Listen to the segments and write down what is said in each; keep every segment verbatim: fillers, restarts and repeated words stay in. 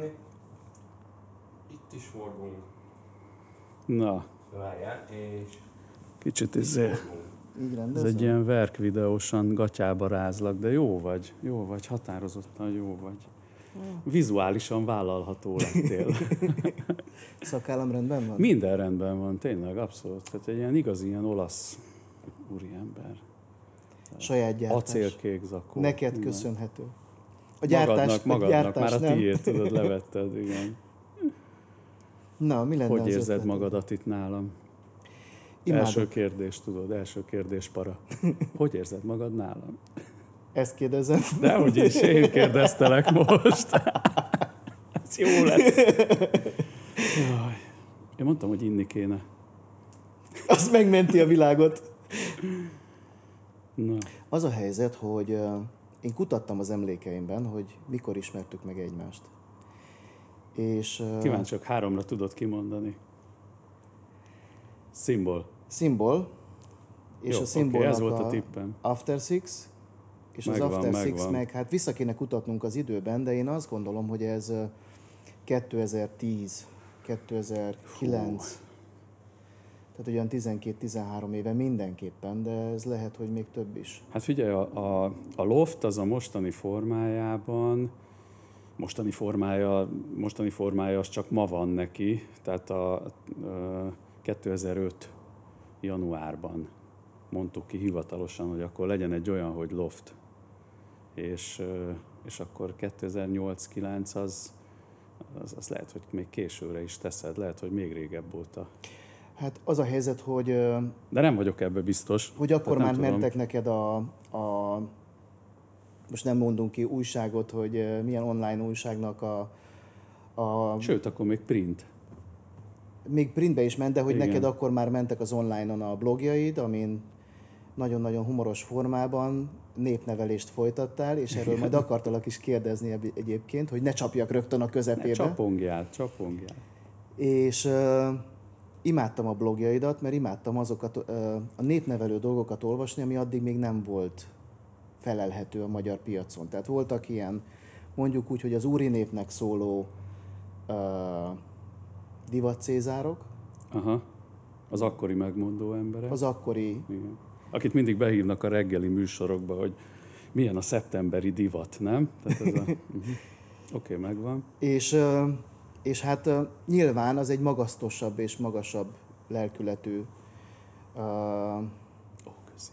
lenni. Itt is forgunk. Na. Várjál, és... Kicsit izé... Ez egy ilyen verk videósan gatyába rázlak, de jó vagy, jó vagy, határozottan jó vagy. Vizuálisan vállalható lettél. Szakállam rendben van? Minden rendben van, tényleg, abszolút. Tehát egy ilyen igazi, ilyen olasz úriember. Saját gyártás. Acélkék zakó. Neked minden. köszönhető. A gyártás, magadnak, magadnak, a gyártás, már a nem? tiéd, tudod, levetted, igen. Na, mi lenne Hogy az érzed ötleted? magadat itt nálam? Imádok. Első kérdés, tudod, első kérdés para. Hogy érzed magad nálam? Ezt kérdezem. Dehogy is, én kérdeztelek most. Ez jó lesz. Jaj. Én mondtam, hogy inni kéne. Az megmenti a világot. Na. Az a helyzet, hogy uh, én kutattam az emlékeimben, hogy mikor ismertük meg egymást. És... Uh, Kíváncsiak, háromra tudod kimondani. Szimbol. Szimbol. És Jó, a szimbolnak okay, ez volt a a tippem. After Six, és Megvan, az After Six megvan. meg, hát vissza kéne kutatnunk az időben, de én azt gondolom, hogy ez uh, kétezer-tíz, kétezer-kilenc, Hú. tehát olyan tizenkét-tizenhárom éve mindenképpen, de ez lehet, hogy még több is. Hát figyelj, a, a, a Loft az a mostani formájában, mostani formája, mostani formája az csak ma van neki, tehát a, a kétezer-öt januárban mondtuk ki hivatalosan, hogy akkor legyen egy olyan, hogy Loft. És, és akkor kétezer-nyolc-kilenc az, az, az lehet, hogy még későre is teszed, lehet, hogy még régebb óta. Hát az a helyzet, hogy... De nem vagyok ebbe biztos. Hogy akkor már tudom. mentek neked a, a... Most nem mondunk ki újságot, hogy milyen online újságnak a... a Sőt, akkor még print. Még printbe is ment, de hogy Igen. neked akkor már mentek az online-on a blogjaid, amin nagyon-nagyon humoros formában népnevelést folytattál, és erről majd akartalak is kérdezni egyébként, hogy ne csapjak rögtön a közepébe. Ne csapongjál, csapongjál. És uh, imádtam a blogjaidat, mert imádtam azokat uh, a népnevelő dolgokat olvasni, ami addig még nem volt felelhető a magyar piacon. Tehát voltak ilyen, mondjuk úgy, hogy az úri népnek szóló uh, divatcézárok. Aha, az akkori megmondó emberek. Az akkori... Igen. Akit mindig behívnak a reggeli műsorokba, hogy milyen a szeptemberi divat, nem? Tehát ez a... uh-huh. Oké, okay, megvan. És, és hát nyilván az egy magasztosabb és magasabb lelkületű uh, Ó, köszi.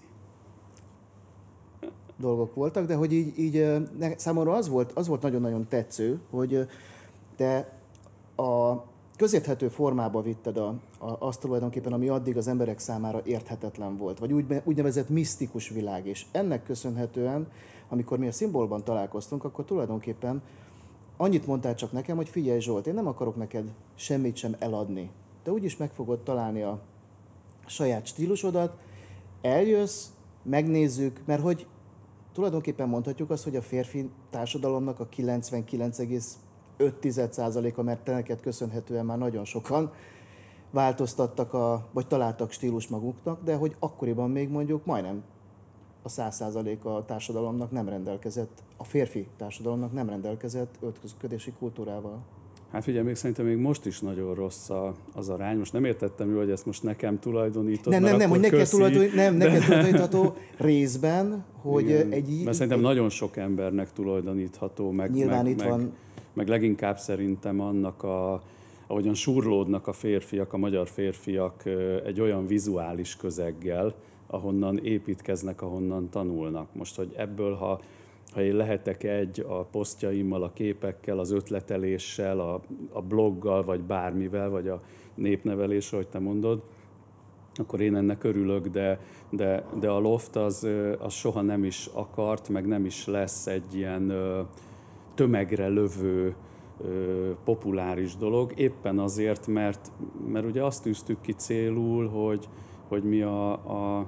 dolgok voltak, de hogy így, így számomra az volt, az volt nagyon-nagyon tetsző, hogy te a közérthető formába vitted a, a, azt tulajdonképpen, ami addig az emberek számára érthetetlen volt, vagy úgy, úgynevezett misztikus világ. És ennek köszönhetően, amikor mi a Szimbolban találkoztunk, akkor tulajdonképpen annyit mondtál csak nekem, hogy figyelj Zsolt, én nem akarok neked semmit sem eladni. Te úgyis meg fogod találni a saját stílusodat, eljössz, megnézzük, mert hogy tulajdonképpen mondhatjuk azt, hogy a férfi társadalomnak a kilencvenkilenc egész öt százaléka, mert te neked köszönhetően már nagyon sokan változtattak, a, vagy találtak stílus maguknak, de hogy akkoriban még mondjuk majdnem a száz százaléka a társadalomnak nem rendelkezett, a férfi társadalomnak nem rendelkezett öltözködési kultúrával. Hát figyelj, még szerintem még most is nagyon rossz a, az arány. Most nem értettem jól, hogy ezt most nekem tulajdonítod. Nem, nem, nem, hogy neked, tulajdonít, nem, de... neked tulajdonítható részben, hogy igen, egy... mert szerintem egy, nagyon sok embernek tulajdonítható, meg, nyilván meg, itt meg, van... meg leginkább szerintem annak a, ahogyan surlódnak a férfiak, a magyar férfiak egy olyan vizuális közeggel, ahonnan építkeznek, ahonnan tanulnak. Most, hogy ebből, ha, ha én lehetek egy a posztjaimmal, a képekkel, az ötleteléssel, a, a bloggal, vagy bármivel, vagy a népneveléssel, hogy te mondod, akkor én ennek örülök, de, de, de a Loft az, az soha nem is akart, meg nem is lesz egy ilyen tömegre lövő, populáris dolog, éppen azért, mert, mert ugye azt tűztük ki célul, hogy, hogy mi a, a,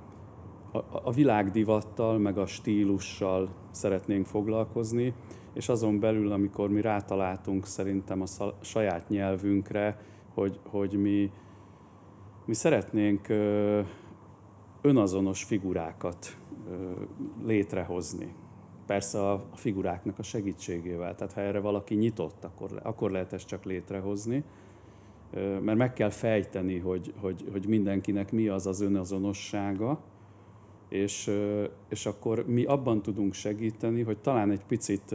a világdivattal, meg a stílussal szeretnénk foglalkozni, és azon belül, amikor mi rátaláltunk szerintem a saját nyelvünkre, hogy, hogy mi, mi szeretnénk önazonos figurákat létrehozni. persze a figuráknak a segítségével. Tehát ha erre valaki nyitott, akkor, akkor lehet ezt csak létrehozni. Mert meg kell fejteni, hogy, hogy, hogy mindenkinek mi az az önazonossága, és, és akkor mi abban tudunk segíteni, hogy talán egy picit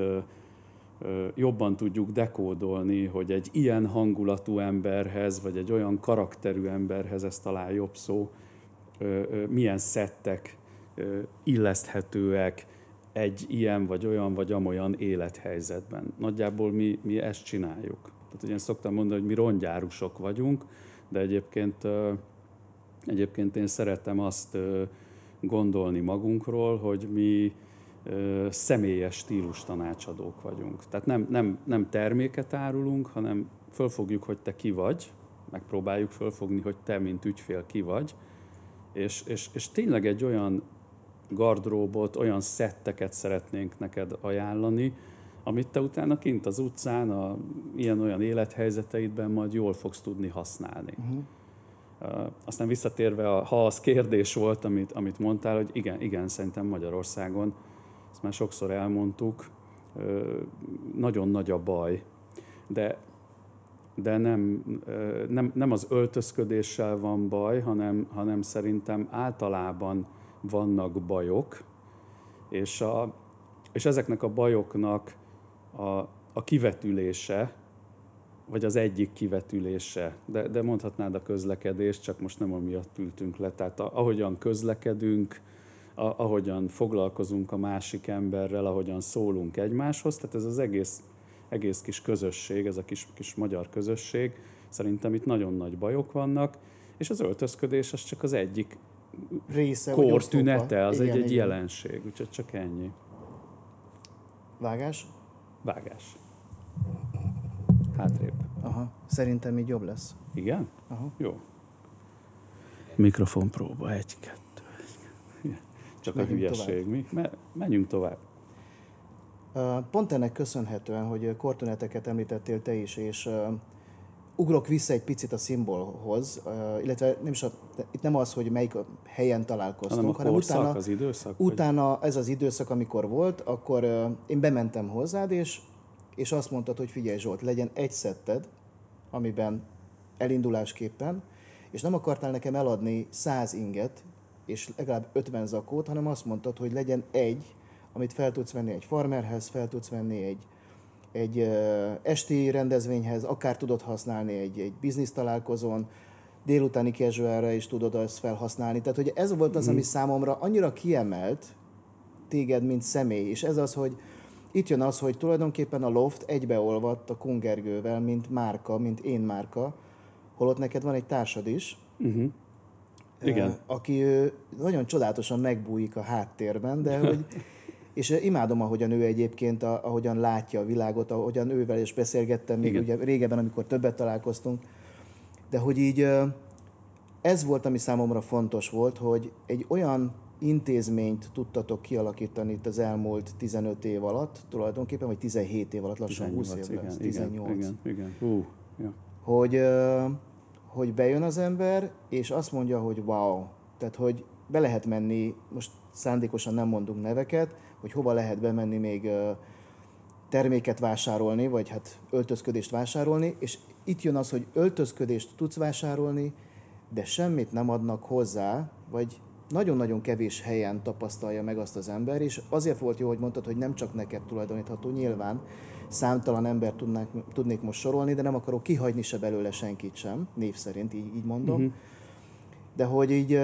jobban tudjuk dekódolni, hogy egy ilyen hangulatú emberhez, vagy egy olyan karakterű emberhez, ez talán jobb szó, milyen szettek illeszthetőek egy ilyen, vagy olyan, vagy amolyan élethelyzetben. Nagyjából mi, mi ezt csináljuk. Tehát ugye én szoktam mondani, hogy mi rongyárusok vagyunk, de egyébként, egyébként én szeretem azt gondolni magunkról, hogy mi személyes stílus tanácsadók vagyunk. Tehát nem, nem, nem terméket árulunk, hanem fölfogjuk, hogy te ki vagy, megpróbáljuk fölfogni, hogy te, mint ügyfél, ki vagy, és, és, és tényleg egy olyan gardróbot, olyan szetteket szeretnénk neked ajánlani, amit te utána kint az utcán, a ilyen-olyan élethelyzeteidben majd jól fogsz tudni használni. Uh-huh. Uh, aztán visszatérve, a, ha az kérdés volt, amit, amit mondtál, hogy igen, igen, szerintem Magyarországon, ezt már sokszor elmondtuk, uh, nagyon nagy a baj, de, de nem, uh, nem, nem az öltözködéssel van baj, hanem, hanem szerintem általában vannak bajok, és, a, és ezeknek a bajoknak a, a kivetülése, vagy az egyik kivetülése, de, de mondhatnád a közlekedést, csak most nem amiatt ültünk le. Tehát a, ahogyan közlekedünk, a, ahogyan foglalkozunk a másik emberrel, ahogyan szólunk egymáshoz, tehát ez az egész, egész kis közösség, ez a kis, kis magyar közösség, szerintem itt nagyon nagy bajok vannak, és az öltözködés az csak az egyik része, kórtünete, az igen, egy, egy igen. jelenség, úgyhogy csak ennyi. Vágás? Vágás. Hátrébb. Aha, szerintem így jobb lesz. Igen? Aha. Jó. Mikrofon próba, egy, kettő. Egy. Csak a hülyeség, mi? Menjünk tovább. Pont ennek köszönhetően, hogy kortüneteket említettél te is, és uh, ugrok vissza egy picit a szimbolhoz, uh, illetve nem is a, itt nem az, hogy melyik helyen találkoztunk, hanem a hanem korszak, utána, az időszak? utána ez az időszak, amikor volt, akkor uh, én bementem hozzád, és, és azt mondtad, hogy figyelj Zsolt, legyen egy szetted, amiben elindulásképpen, és nem akartál nekem eladni száz inget, és legalább ötven zakót, hanem azt mondtad, hogy legyen egy, amit fel tudsz venni egy farmerhez, fel tudsz venni egy, egy uh, esti rendezvényhez, akár tudod használni egy, egy biznisz találkozón, délutáni casualre is tudod azt felhasználni. Tehát, hogy ez volt az, mm. ami számomra annyira kiemelt téged, mint személy, és ez az, hogy itt jön az, hogy tulajdonképpen a Loft egybeolvadt a Kun Gergővel, mint márka, mint én márka, holott neked van egy társad is, uh-huh. Igen. Uh, aki uh, nagyon csodálatosan megbújik a háttérben, de hogy és imádom, ahogyan ő egyébként, ahogyan látja a világot, ahogyan ővel is beszélgettem, még ugye régebben, amikor többet találkoztunk. De hogy így ez volt, ami számomra fontos volt, hogy egy olyan intézményt tudtatok kialakítani itt az elmúlt tizenöt év alatt, tulajdonképpen, vagy tizenhét év alatt, lassan húsz év lesz, tizennyolc. Igen, igen. Hú, ja. Hogy, hogy bejön az ember, és azt mondja, hogy wow, tehát hogy be lehet menni, most szándékosan nem mondunk neveket, hogy hova lehet bemenni még terméket vásárolni, vagy hát öltözködést vásárolni, és itt jön az, hogy öltözködést tudsz vásárolni, de semmit nem adnak hozzá, vagy nagyon-nagyon kevés helyen tapasztalja meg azt az ember, és azért volt jó, hogy mondtad, hogy nem csak neked tulajdonítható, nyilván számtalan embert tudnák, tudnék most sorolni, de nem akarok kihagyni se belőle senkit sem, név szerint, így, így mondom. Uh-huh. De hogy így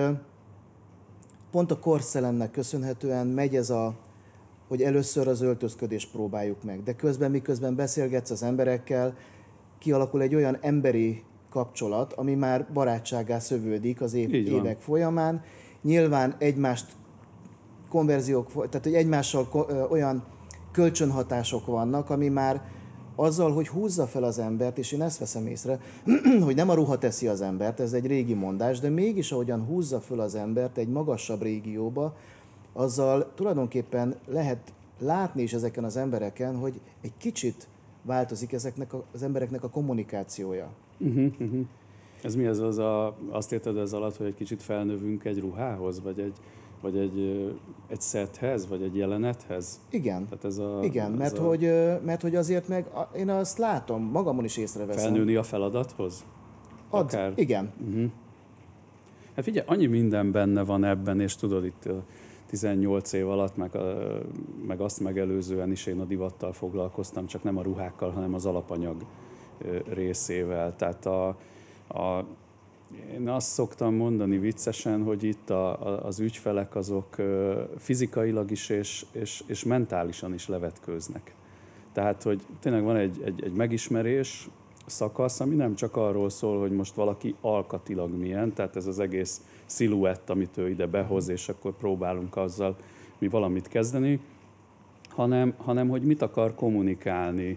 pont a korszellemnek köszönhetően megy ez a, hogy először az öltözködést próbáljuk meg, de közben, miközben beszélgetsz az emberekkel, kialakul egy olyan emberi kapcsolat, ami már barátsággá szövődik az év, évek folyamán. Nyilván egymást konverziók, tehát hogy egymással olyan kölcsönhatások vannak, ami már azzal, hogy húzza fel az embert, és én ezt veszem észre, hogy nem a ruha teszi az embert, ez egy régi mondás, de mégis ahogyan húzza fel az embert egy magasabb régióba, azzal tulajdonképpen lehet látni is ezeken az embereken, hogy egy kicsit változik ezeknek az embereknek a kommunikációja. Uh-huh, uh-huh. Ez mi ez az a, azt érted ez alatt, hogy egy kicsit felnövünk egy ruhához, vagy egy, vagy egy, egy szethez, vagy egy jelenethez? Igen, Tehát ez a, igen, ez mert, a hogy, mert hogy azért meg a- én azt látom, magamon is észreveszem. felnőni a feladathoz? Ad, Akár. igen. Uh-huh. Hát figyelj, annyi minden benne van ebben, és tudod, itt a tizennyolc év alatt, meg, a, meg azt megelőzően is én a divattal foglalkoztam, csak nem a ruhákkal, hanem az alapanyag részével. Tehát a, a, én azt szoktam mondani viccesen, hogy itt a, a, az ügyfelek azok fizikailag is és, és, és mentálisan is levetkőznek. Tehát, hogy tényleg van egy, egy, egy megismerés szakasz, ami nem csak arról szól, hogy most valaki alkatilag milyen, tehát ez az egész sziluett, amit ő ide behoz, és akkor próbálunk azzal mi valamit kezdeni, hanem, hanem hogy mit akar kommunikálni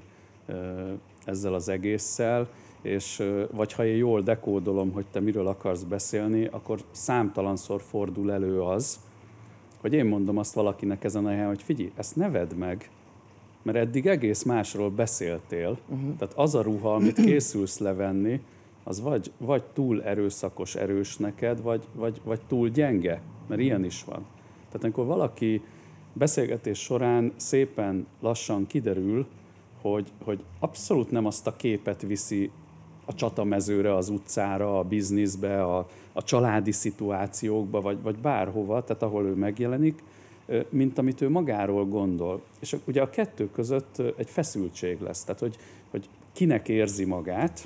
ezzel az egésszel, és vagy ha én jól dekódolom, hogy te miről akarsz beszélni, akkor számtalanszor fordul elő az, hogy én mondom azt valakinek ezen a helyen, hogy figyelj, ezt ne vedd meg, mert eddig egész másról beszéltél. Uh-huh. Tehát az a ruha, amit készülsz levenni, az vagy, vagy túl erőszakos, erős neked, vagy, vagy, vagy túl gyenge, mert ilyen is van. Tehát amikor valaki beszélgetés során szépen lassan kiderül, hogy, hogy abszolút nem azt a képet viszi a csatamezőre, az utcára, a bizniszbe, a, a családi szituációkba, vagy, vagy bárhova, tehát ahol ő megjelenik, mint amit ő magáról gondol. És ugye a kettő között egy feszültség lesz, tehát hogy, hogy kinek érzi magát,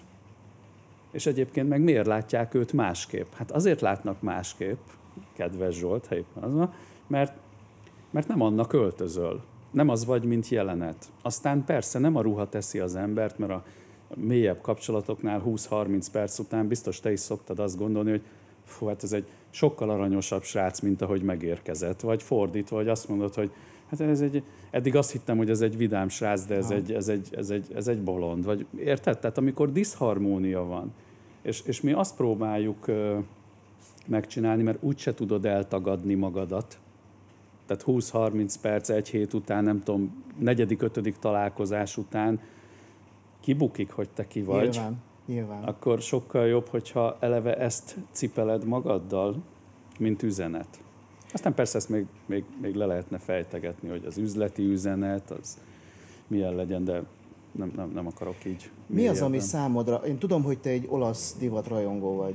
és egyébként meg miért látják őt másképp. Hát azért látnak másképp, kedves Zsolt, ha éppen az van, mert, mert nem annak öltözöl. Nem az vagy, mint jelenet. Aztán persze nem a ruha teszi az embert, mert a mélyebb kapcsolatoknál húsz-harminc perc után biztos te is szoktad azt gondolni, hogy fú, hát ez egy sokkal aranyosabb srác, mint ahogy megérkezett. Vagy fordítva, vagy azt mondod, hogy hát ez egy, eddig azt hittem, hogy ez egy vidám srác, de ez, egy, ez, egy, ez, egy, ez egy bolond. Vagy, érted? Tehát amikor diszharmónia van, és, és mi azt próbáljuk uh, megcsinálni, mert úgyse tudod eltagadni magadat. Tehát húsz-harminc perc, egy hét után, nem tudom, negyedik, ötödik találkozás után kibukik, hogy te ki vagy. Nyilván, nyilván. Akkor sokkal jobb, hogyha eleve ezt cipeled magaddal, mint üzenet. Aztán persze ezt még, még, még le lehetne fejtegetni, hogy az üzleti üzenet, az milyen legyen, de nem, nem, nem akarok így. Mi az, ami számodra, én tudom, hogy te egy olasz divatrajongó vagy.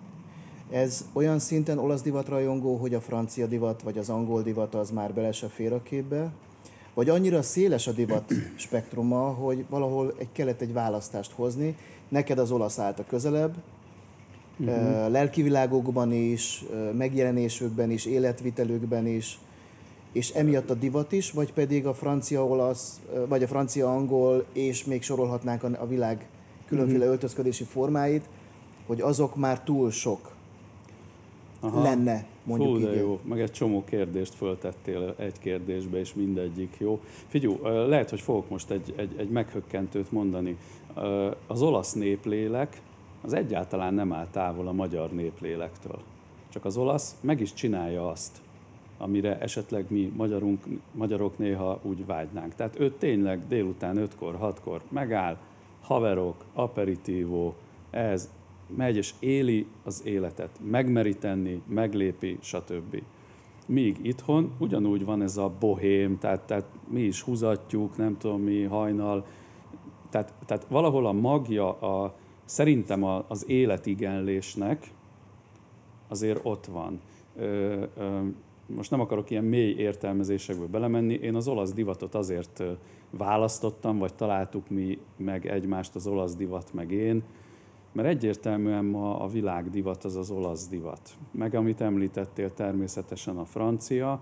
Ez olyan szinten olasz divatrajongó, hogy a francia divat vagy az angol divat az már bele se fér a képbe? Vagy annyira széles a divat spektruma, hogy valahol egy, kellett egy választást hozni, neked az olasz állt a közelebb, uh-huh. lelkivilágokban is, megjelenésükben is, életvitelükben is, és emiatt a divat is, vagy pedig a francia-olasz, vagy a francia-angol, és még sorolhatnánk a világ különféle uh-huh. öltözködési formáit, hogy azok már túl sok Aha. lenne, mondjuk Fú, de így. jó, meg egy csomó kérdést föltettél egy kérdésbe, és mindegyik jó. Figyú, lehet, hogy fogok most egy, egy, egy meghökkentőt mondani. Az olasz néplélek az egyáltalán nem áll távol a magyar néplélektől. Csak az olasz meg is csinálja azt, amire esetleg mi magyarunk, magyarok néha úgy vágynánk. Tehát ő tényleg délután ötkor, hatkor megáll, haverok, aperitívó, ez megy és éli az életet, megmeri tenni, meglépi, stb. Míg itthon ugyanúgy van ez a bohém, tehát, tehát mi is húzatjuk, nem tudom mi, hajnal, tehát, tehát valahol a magja, a, szerintem a, az életigenlésnek azért ott van. Ö, ö, most nem akarok ilyen mély értelmezésekbe belemenni, én az olasz divatot azért választottam, vagy találtuk mi meg egymást, az olasz divat meg én, mert egyértelműen ma a világ divat az az olasz divat. Meg amit említettél, természetesen a francia.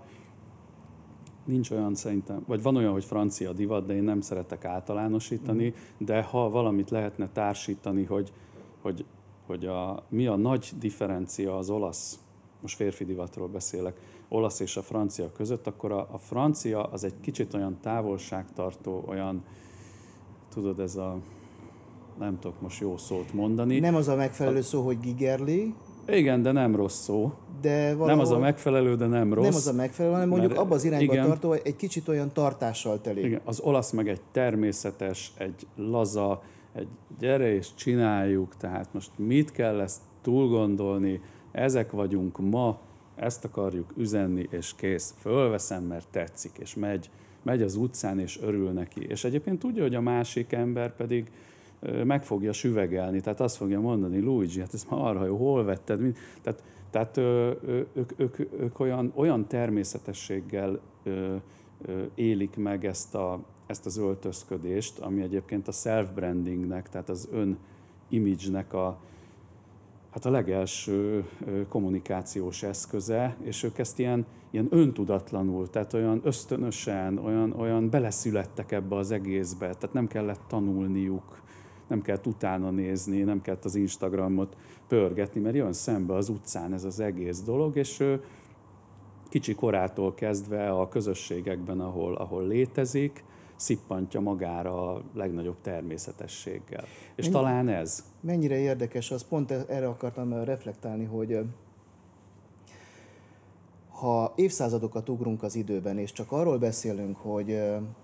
Nincs olyan szerintem, vagy van olyan, hogy francia divat, de én nem szeretek általánosítani, mm. de ha valamit lehetne társítani, hogy, hogy, hogy a, mi a nagy differencia az olasz, most férfi divatról beszélek, olasz és a francia között, akkor a, a francia az egy kicsit olyan távolságtartó, olyan, tudod, ez a nem tudok most jó szót mondani. Nem az a megfelelő a... szó, hogy gigerli. Igen, de nem rossz szó. De valahol... Nem az a megfelelő, de nem rossz. Nem az a megfelelő, hanem mondjuk abban az irányba igen, tartó, egy kicsit olyan tartással telik. Igen, az olasz meg egy természetes, egy laza, egy gyere és csináljuk, tehát most mit kell ezt túl gondolni, ezek vagyunk ma, ezt akarjuk üzenni, és kész. Fölveszem, mert tetszik, és megy, megy az utcán, és örül neki. És egyébként tudja, hogy a másik ember pedig meg fogja süvegelni, tehát azt fogja mondani, Luigi, hát ez már arra jó, hol vetted? Tehát, tehát ők, ők, ők olyan, olyan természetességgel élik meg ezt, a, ezt az öltözködést, ami egyébként a self-brandingnek, tehát az ön image-nek a, hát a legelső kommunikációs eszköze, és ők ezt ilyen, ilyen öntudatlanul, tehát olyan ösztönösen, olyan, olyan beleszülettek ebbe az egészbe, tehát nem kellett tanulniuk, nem kellett utána nézni, nem kellett az Instagramot pörgetni, mert jön szembe az utcán ez az egész dolog, és kicsi korától kezdve a közösségekben, ahol, ahol létezik, szippantja magára a legnagyobb természetességgel. És Mennyi, talán ez. Mennyire érdekes, az pont erre akartam reflektálni, hogy ha évszázadokat ugrunk az időben, és csak arról beszélünk, hogy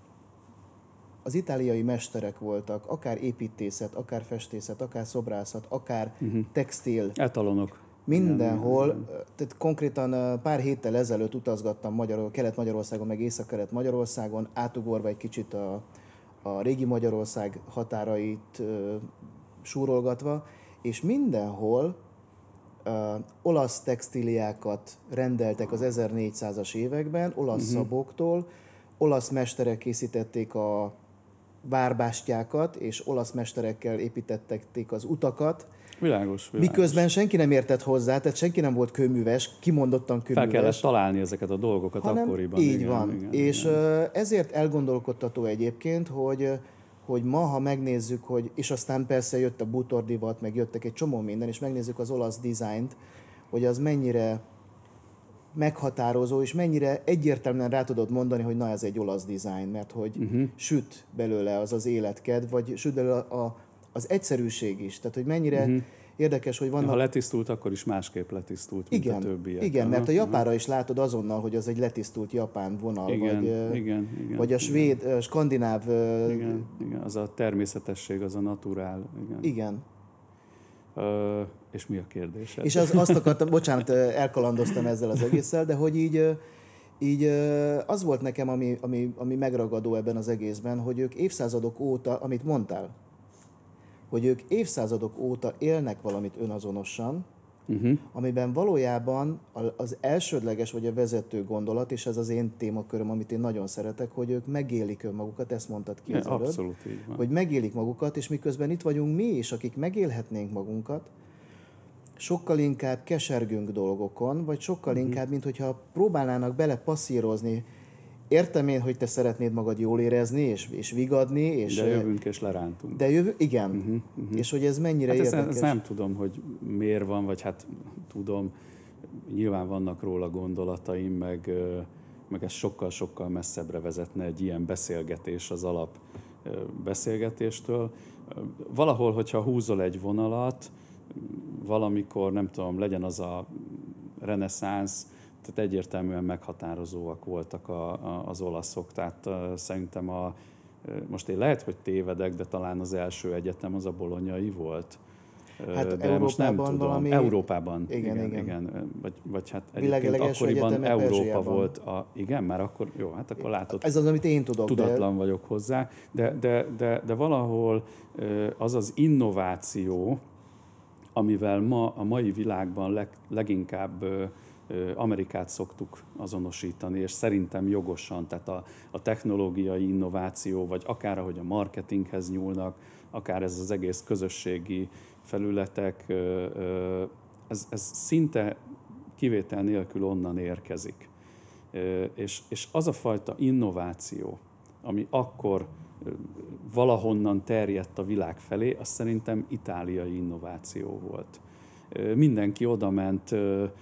az itáliai mesterek voltak, akár építészet, akár festészet, akár szobrászat, akár uh-huh. textil. Etalonok. Mindenhol, igen, igen. Tehát konkrétan pár héttel ezelőtt utazgattam Magyar, Kelet-Magyarországon, meg Észak-Kelet-Magyarországon, átugorva egy kicsit a, a régi Magyarország határait uh, súrolgatva, és mindenhol uh, olasz textíliákat rendeltek az ezernégyszázas években, olasz uh-huh. szaboktól, olasz mesterek készítették a várbástyákat, és olasz mesterekkel építették az utakat. Világos, világos. Miközben senki nem értett hozzá, tehát senki nem volt kőműves, kimondottan kőműves. Fel kellett találni ezeket a dolgokat hanem akkoriban. Így igen, van. Igen, és igen. ezért elgondolkodtató egyébként, hogy, hogy ma, ha megnézzük, hogy, és aztán persze jött a bútordivat, meg jöttek egy csomó minden, és megnézzük az olasz dizájnt, hogy az mennyire meghatározó, és mennyire egyértelműen rá tudod mondani, hogy na ez egy olasz dizájn, mert hogy uh-huh. süt belőle az az életkedv, vagy süt belőle a, a, az egyszerűség is. Tehát, hogy mennyire uh-huh. érdekes, hogy vannak... Ha letisztult, akkor is másképp letisztult, mint igen, a többiek. Igen, mert a japánra is látod azonnal, hogy az egy letisztult japán vonal, igen, vagy, igen, igen, vagy a svéd, igen. skandináv... Igen, igen, az a természetesség, az a naturál. Igen. Igen. Uh, és mi a kérdésed? És az, azt akartam, bocsánat, elkalandoztam ezzel az egésszel, de hogy így, így az volt nekem, ami, ami, ami megragadó ebben az egészben, hogy ők évszázadok óta, amit mondtál, hogy ők évszázadok óta élnek valamit önazonosan, uh-huh. amiben valójában az elsődleges vagy a vezető gondolat, és ez az én témaköröm, amit én nagyon szeretek, hogy ők megélik önmagukat, ezt mondtad ki az előbb, abszolút így van. Hogy megélik magukat, és miközben itt vagyunk mi is, akik megélhetnénk magunkat, sokkal inkább kesergünk dolgokon, vagy sokkal uh-huh. inkább, mint hogyha próbálnának bele passzírozni. Értem én, hogy te szeretnéd magad jól érezni, és, és vigadni. És, de jövünk és lerántunk. De jövő, igen. Uh-huh, uh-huh. És hogy ez mennyire hát érdekes. Ezt nem tudom, hogy miért van, vagy hát tudom, nyilván vannak róla gondolataim, meg, meg ez sokkal-sokkal messzebbre vezetne egy ilyen beszélgetés az alap beszélgetéstől. Valahol, hogyha húzol egy vonalat, valamikor, nem tudom, legyen az a reneszánsz, tehát egyértelműen meghatározóak voltak a, a, az olaszok. Tehát uh, szerintem a, most én lehet, hogy tévedek, de talán az első egyetem az a bolonyai volt. Hát de most nem tudom. Valami... Európában. Igen, igen. igen. igen. Vagy, vagy hát egyébként akkoriban Európa volt. A, igen, már akkor, jó, hát akkor látod. Ez az, amit én tudok. Tudatlan de... vagyok hozzá, de, de, de, de valahol az az innováció, amivel ma a mai világban leg, leginkább Amerikát szoktuk azonosítani, és szerintem jogosan, tehát a, a technológiai innováció, vagy akár ahogy a marketinghez nyúlnak, akár ez az egész közösségi felületek, ez, ez szinte kivétel nélkül onnan érkezik. És, és az a fajta innováció, ami akkor valahonnan terjedt a világ felé, az szerintem itáliai innováció volt. Mindenki odament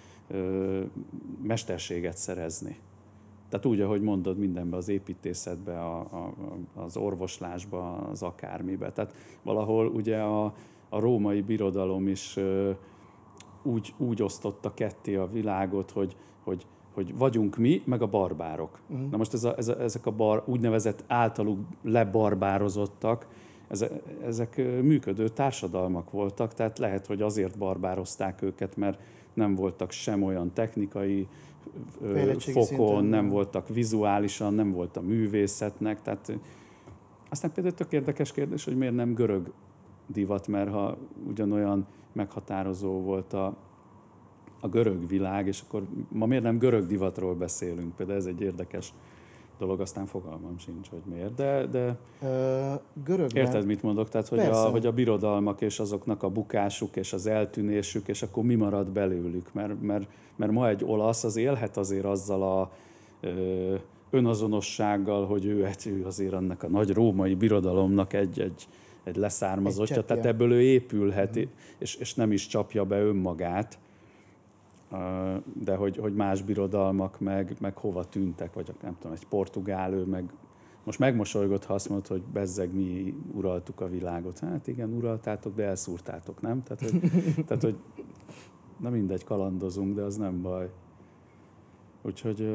mesterséget szerezni. Tehát úgy, ahogy mondod, mindenbe, az építészetbe, a, a, az orvoslásba, az akármibe. Tehát valahol ugye a, a római birodalom is úgy, úgy osztotta ketté a világot, hogy, hogy, hogy vagyunk mi, meg a barbárok. Uh-huh. Na most ez a, ez a, ezek a bar, úgynevezett általuk lebarbározottak, ezek működő társadalmak voltak, tehát lehet, hogy azért barbározták őket, mert nem voltak sem olyan technikai ö, Fejlettségi fokon, szinten, nem nem. voltak vizuálisan, nem volt a művészetnek. Tehát, aztán például tök érdekes kérdés, hogy miért nem görög divat, mert ha ugyanolyan meghatározó volt a, a görög világ, és akkor ma miért nem görög divatról beszélünk? Például ez egy érdekes dolog, aztán fogalmam sincs, hogy miért. De, de Ö, görögben... érted, mit mondok? Tehát, hogy a, hogy a birodalmak és azoknak a bukásuk és az eltűnésük, és akkor mi marad belőlük? Mert, mert, mert ma egy olasz az élhet azért azzal a ö, önazonossággal, hogy ő, ő azért annak a nagy római birodalomnak egy, egy, egy leszármazottja, Egy tehát cseppje. ebből ő épülhet, Mhm. és, és nem is csapja be önmagát, de hogy, hogy más birodalmak meg, meg hova tűntek, vagy nem tudom, egy portugál, ő meg most megmosolygott, ha azt mondod, hogy bezzeg mi uraltuk a világot. Hát igen, uraltátok, de elszúrtátok, nem? Tehát, hogy, tehát, hogy na mindegy, kalandozunk, de az nem baj. Úgyhogy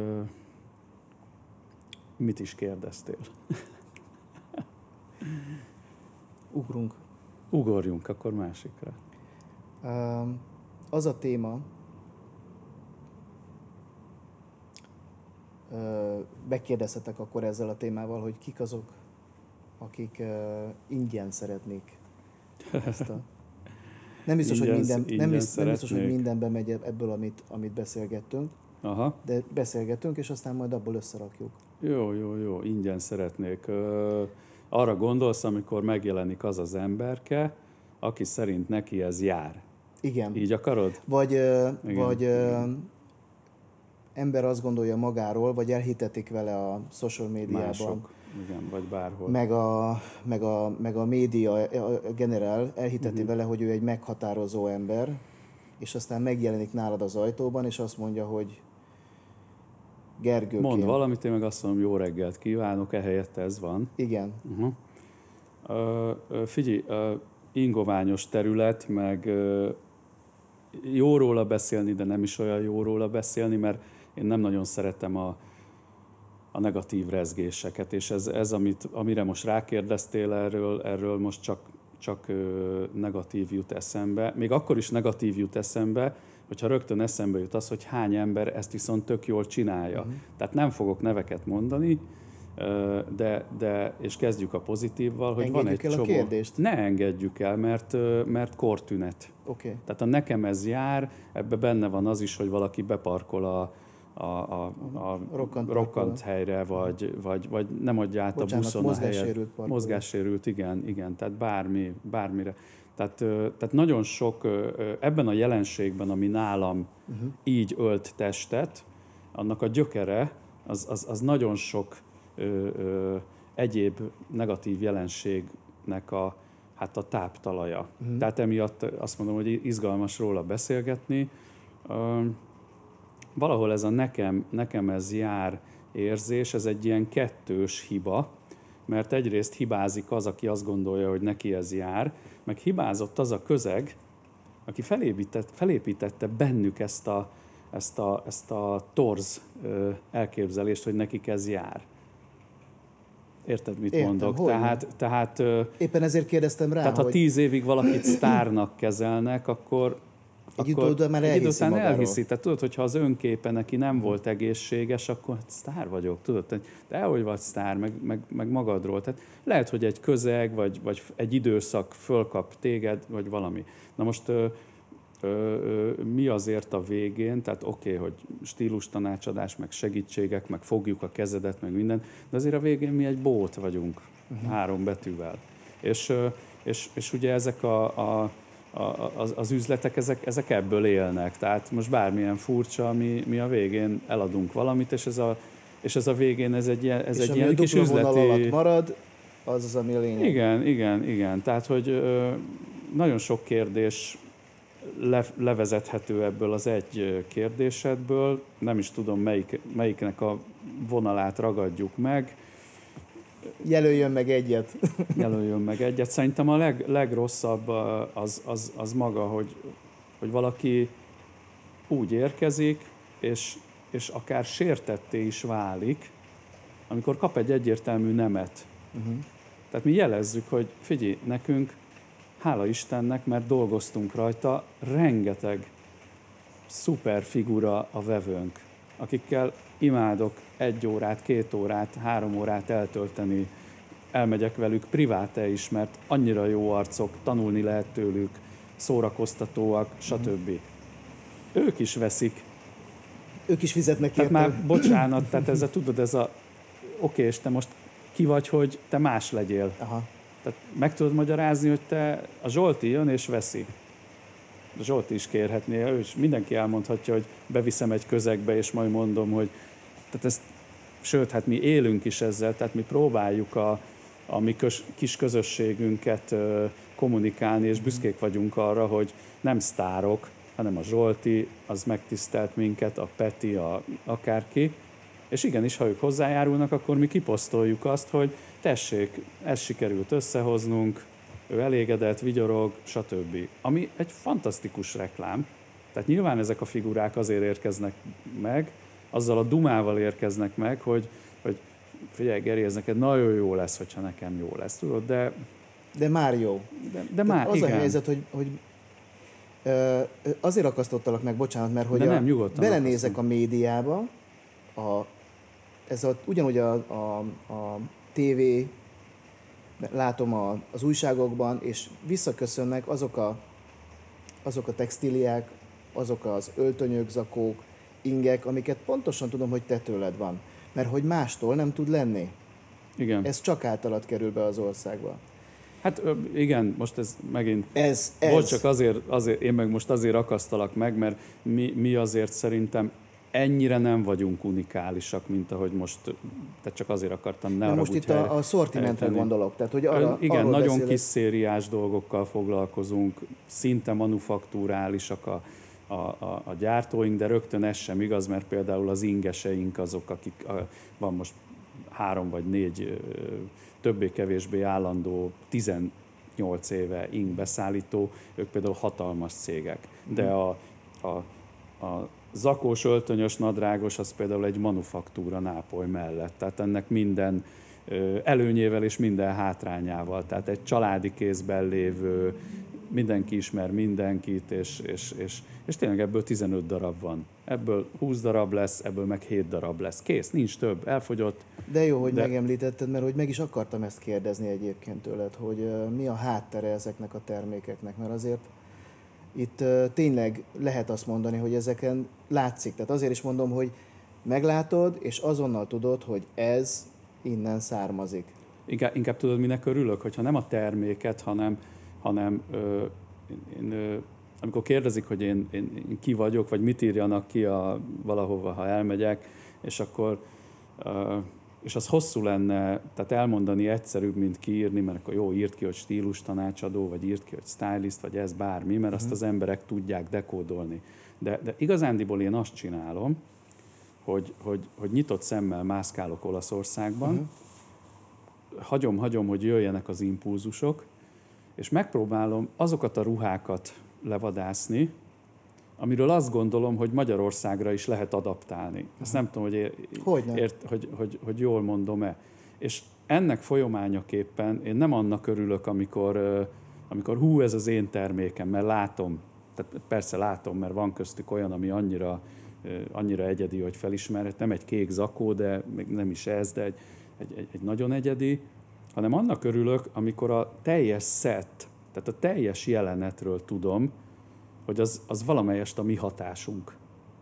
mit is kérdeztél? Ugrunk. Ugorjunk akkor másikra. Ö, az a téma, ö, megkérdezhetek akkor ezzel a témával, hogy kik azok, akik ö, ingyen szeretnék ezt a... Nem biztos, Ingyen- hogy, minden, nem, ingyen biztos, nem biztos, hogy szeretnék. mindenben megy ebből, amit, amit beszélgettünk, Aha. de beszélgetünk, és aztán majd abból összerakjuk. Jó, jó, jó, ingyen szeretnék. Ö, arra gondolsz, amikor megjelenik az az emberke, aki szerint neki ez jár. Igen. Így akarod? Vagy, ö, Igen. vagy ö, ember azt gondolja magáról, vagy elhitetik vele a social médiában, Mások. Igen, vagy bárhol. meg a, meg, a, meg a média a generál elhiteti Mhm. vele, hogy ő egy meghatározó ember, és aztán megjelenik nálad az ajtóban, és azt mondja, hogy Gergőként. Mond valamit, én meg azt mondom, jó reggelt kívánok, ehelyett ez van. Igen. Uh-huh. Ö, ö, figyelj, ö, ingoványos terület, meg ö, jó róla beszélni, de nem is olyan jó róla beszélni, mert én nem nagyon szeretem a, a negatív rezgéseket, és ez, ez amit, amire most rákérdeztél erről, erről most csak, csak ö, negatív jut eszembe. Még akkor is negatív jut eszembe, hogyha rögtön eszembe jut az, hogy hány ember ezt viszont tök jól csinálja. Mhm. Tehát nem fogok neveket mondani, ö, de, de és kezdjük a pozitívval, hogy van Engedjük egy el a csomó... kérdést? Ne engedjük el, mert, ö, mert kortünet. Oké. Okay. Tehát a nekem ez jár, ebbe benne van az is, hogy valaki beparkol a, a, a, a Rokkant rokkant parkoló. helyre, vagy, vagy, vagy nem adja át Bocsánat, a buszon a helyet. mozgássérült parkoló. Mozgássérült, igen, igen, tehát bármi, bármire. Tehát, ö, tehát nagyon sok ö, ö, ebben a jelenségben, ami nálam Uh-huh. így ölt testet, annak a gyökere az, az, az nagyon sok ö, ö, egyéb negatív jelenségnek a, hát a táptalaja. Mhm. Tehát emiatt azt mondom, hogy izgalmas róla beszélgetni. Ö, valahol ez a nekem, nekem ez jár érzés, ez egy ilyen kettős hiba, mert egyrészt hibázik az, aki azt gondolja, hogy neki ez jár, meg hibázott az a közeg, aki felépített, felépítette bennük ezt a, ezt a, ezt a torz ö, elképzelést, hogy nekik ez jár. Érted, mit Értem, mondok? hogyne. Tehát, tehát, ö, Éppen ezért kérdeztem rá, tehát ha hogy tíz évig valakit sztárnak kezelnek, akkor, Egy idő akkor után már egy idő elhiszi után magáról. elhiszi. Tehát tudod, hogyha az önképe neki nem volt egészséges, akkor hát sztár vagyok, tudod? De hogy vagy sztár, meg, meg, meg magadról. Tehát lehet, hogy egy közeg, vagy, vagy egy időszak fölkap téged, vagy valami. Na most ö, ö, ö, mi azért a végén, tehát oké, okay, hogy stílus tanácsadás, meg segítségek, meg fogjuk a kezedet, meg minden, de azért a végén mi egy bót vagyunk, uh-huh. három betűvel. És, ö, és, és ugye ezek a, a A, az, az üzletek, ezek, ezek ebből élnek. Tehát most bármilyen furcsa, mi, mi a végén eladunk valamit, és ez a, és ez a végén ez egy, ilyen- ez és egy ami ilyen a kis dupla vonal üzleti... alatt marad, az az, ami a lényeg. Igen, igen, igen. Tehát, hogy ö, nagyon sok kérdés le, levezethető ebből az egy ö, kérdésedből. Nem is tudom, melyik, melyiknek a vonalát ragadjuk meg. Jelöljön meg egyet. Jelöljön meg egyet. Szerintem a leg, legrosszabb az, az, az maga, hogy, hogy valaki úgy érkezik, és, és akár sértetté is válik, amikor kap egy egyértelmű nemet. Uh-huh. Tehát mi jelezzük, hogy figyelj, nekünk, hála Istennek, mert dolgoztunk rajta, rengeteg szuper figura a vevőnk, akikkel imádok egy órát, két órát, három órát eltölteni. Elmegyek velük priváte is, mert annyira jó arcok, tanulni lehet tőlük, szórakoztatóak, stb. Mm. Ők is veszik. Ők is fizetnek Tehát érte. már bocsánat, tehát ez a, tudod, ez a oké, és te most ki vagy, hogy te más legyél. Aha. Tehát meg tudod magyarázni, hogy te, a Zsolti jön és veszi. A Zsolti is kérhetné, ő is mindenki elmondhatja, hogy beviszem egy közegbe, és majd mondom, hogy tehát ezt, sőt, hát mi élünk is ezzel, tehát mi próbáljuk a, a mi kös, kis közösségünket ö, kommunikálni, és büszkék vagyunk arra, hogy nem sztárok, hanem a Zsolti, az megtisztelt minket, a Peti, a, akárki. És igenis, ha ők hozzájárulnak, akkor mi kiposztoljuk azt, hogy tessék, ezt sikerült összehoznunk, ő elégedett, vigyorog, stb. Ami egy fantasztikus reklám. Tehát nyilván ezek a figurák azért érkeznek meg, azzal a dumával érkeznek meg, hogy, hogy figyelj, Geri, ez neked nagyon jó lesz, hogyha nekem jó lesz, tudod, de... De már jó. De, de már, az igen. a helyzet, hogy, hogy ö, azért akasztottalak meg, bocsánat, mert hogy de a, nem, belenézek akasztom. a médiába, a, ez a, ugyanúgy a, a, a tévé, látom a, az újságokban, és visszaköszönnek azok a, azok a textíliák, azok az öltönyök, zakók, ingek, amiket pontosan tudom, hogy te tőled van. Mert hogy mástól nem tud lenni. Igen. Ez csak általad kerül be az országba. Hát igen, most ez megint... Ez, ez. Volt csak azért, azért, én meg most azért akasztalak meg, mert mi, mi azért szerintem ennyire nem vagyunk unikálisak, mint ahogy most, tehát csak azért akartam, ne De most itt a, a szortimentre gondolok. Tehát, hogy arra, igen, nagyon beszélek. kis szériás dolgokkal foglalkozunk, szinte manufakturálisak a, a, a, a gyártóink, de rögtön ez sem igaz, mert például az ingeseink azok, akik a, van most három vagy négy többé-kevésbé állandó tizennyolc éve ing beszállító, ők például hatalmas cégek. De a, a, a zakós, öltönyös, nadrágos, az például egy manufaktúra Nápoly mellett. Tehát ennek minden előnyével és minden hátrányával. Tehát egy családi kézben lévő, mindenki ismer mindenkit, és, és, és, és tényleg ebből tizenöt darab van. Ebből húsz darab lesz, ebből meg hét darab lesz. Kész, nincs több, elfogyott. De jó, hogy de... megemlítetted, mert hogy meg is akartam ezt kérdezni egyébként tőled, hogy uh, mi a háttere ezeknek a termékeknek, mert azért itt uh, tényleg lehet azt mondani, hogy ezeken látszik. Tehát azért is mondom, hogy meglátod, és azonnal tudod, hogy ez innen származik. Inkább, inkább tudod, minek örülök, hogyha nem a terméket, hanem, hanem ö, én, ö, amikor kérdezik, hogy én, én, én ki vagyok, vagy mit írjanak ki a, valahova, ha elmegyek, és akkor ö, és az hosszú lenne, tehát elmondani egyszerűbb, mint kiírni, mert akkor jó, írt ki, hogy stílus tanácsadó, vagy írt ki, hogy stylist, vagy ez bármi, mert azt az emberek tudják dekódolni. De, de igazándiból én azt csinálom, hogy, hogy, hogy nyitott szemmel mászkálok Olaszországban, uh-huh. hagyom, hagyom, hogy jöjjenek az impulzusok, és megpróbálom azokat a ruhákat levadászni, amiről azt gondolom, hogy Magyarországra is lehet adaptálni. Ezt nem tudom, hogy, ér, ért, hogy, hogy, hogy jól mondom-e. És ennek folyamányaképpen én nem annak örülök, amikor, amikor hú, ez az én termékem, mert látom, tehát persze látom, mert van köztük olyan, ami annyira, annyira egyedi, hogy felismerhet. Nem egy kék zakó, de még nem is ez, de egy, egy, egy, egy nagyon egyedi, hanem annak örülök, amikor a teljes szett, tehát a teljes jelenetről tudom, hogy az, az valamelyest a mi hatásunk.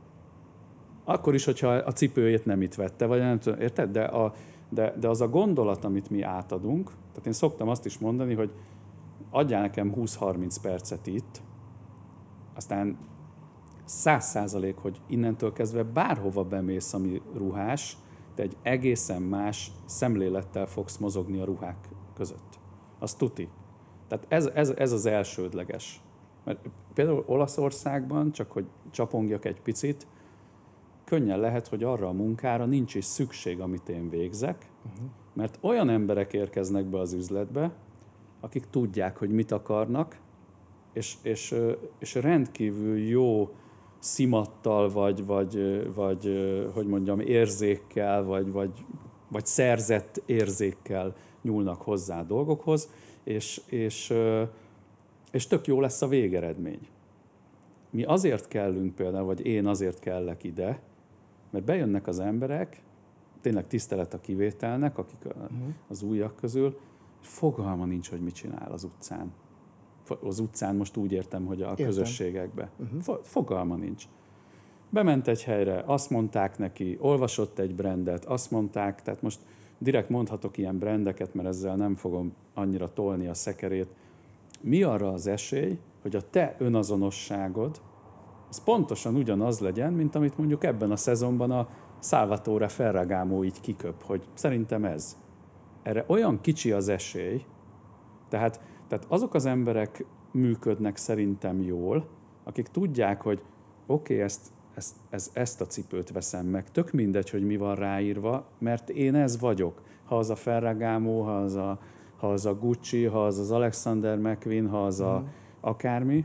Akkor is, hogyha a cipőjét nem itt vette, vagy nem tudom, érted? De, a, de, de az a gondolat, amit mi átadunk, tehát én szoktam azt is mondani, hogy adjál nekem húsz-harminc percet itt, aztán száz százalék, hogy innentől kezdve bárhova bemész, ami ruhás, te egy egészen más szemlélettel fogsz mozogni a ruhák között. Az tuti. Tehát ez, ez, ez az elsődleges. Mert például Olaszországban, csak hogy csapongjak egy picit, könnyen lehet, hogy arra a munkára nincs is szükség, amit én végzek, uh-huh. mert olyan emberek érkeznek be az üzletbe, akik tudják, hogy mit akarnak, és, és, és rendkívül jó szimattal, vagy, vagy, vagy hogy mondjam, érzékkel, vagy, vagy, vagy szerzett érzékkel nyúlnak hozzá a dolgokhoz, és, és, és tök jó lesz a végeredmény. mi azért kellünk például, vagy én azért kellek ide, mert bejönnek az emberek, tényleg tisztelet a kivételnek, akik a, az újak közül, fogalma nincs, hogy mit csinál az utcán. Az utcán most úgy értem, hogy a Értem. közösségekbe. Uh-huh. Fogalma nincs. Bement egy helyre, azt mondták neki, olvasott egy brandet, azt mondták, tehát most direkt mondhatok ilyen brandeket, mert ezzel nem fogom annyira tolni a szekerét. Mi arra az esély, hogy a te önazonosságod az pontosan ugyanaz legyen, mint amit mondjuk ebben a szezonban a Salvatore Ferragamo így kiköp, hogy szerintem ez. Erre olyan kicsi az esély, tehát, tehát azok az emberek működnek szerintem jól, akik tudják, hogy oké, okay, ezt, ezt, ezt, ezt a cipőt veszem meg, tök mindegy, hogy mi van ráírva, mert én ez vagyok. Ha az a Ferragamo, ha az a, ha az a Gucci, ha az az Alexander McQueen, ha az a akármi,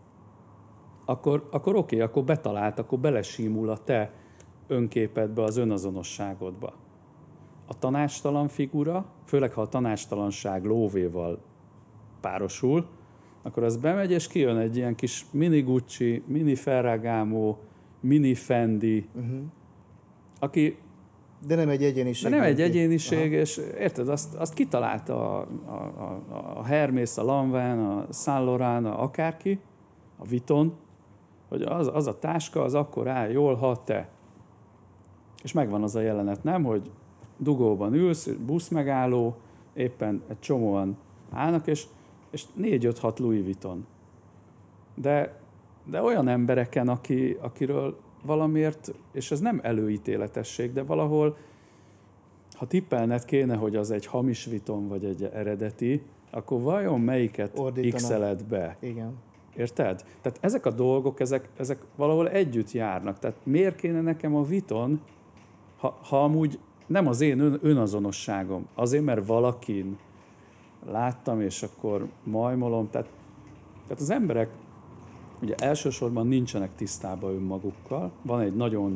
akkor, akkor oké, okay, akkor betalált, akkor belesímul a te önképedbe, az önazonosságodba. A tanácstalan figura, főleg ha a tanácstalanság lóvéval párosul, akkor az bemegy, és kijön egy ilyen kis mini Gucci, mini Ferragamo, mini Fendi, uh-huh. aki... De nem egy egyéniség. De nem egy egyéniség, aha. És érted, azt, azt kitalálta a, a, a, a Hermès, a Lanvin, a Saint Laurent, a akárki, a Vuitton, hogy az, az a táska, az akkor áll jól, ha te. És megvan az a jelenet, nem, hogy dugóban ülsz, busz megálló, éppen egy csomóan állnak, és, és négy öt hat Louis Vuitton. De, de olyan embereken, aki, akiről valamiért, és ez nem előítéletesség, de valahol, ha tippelned kéne, hogy az egy hamis Vuitton, vagy egy eredeti, akkor vajon melyiket x-eled be? Igen. Érted? Tehát ezek a dolgok, ezek, ezek valahol együtt járnak. Tehát miért kéne nekem a Vuitton, ha, ha amúgy nem az én ön, önazonosságom, azért, mert valakin láttam, és akkor majmolom. Tehát, tehát az emberek ugye elsősorban nincsenek tisztában önmagukkal. Van egy nagyon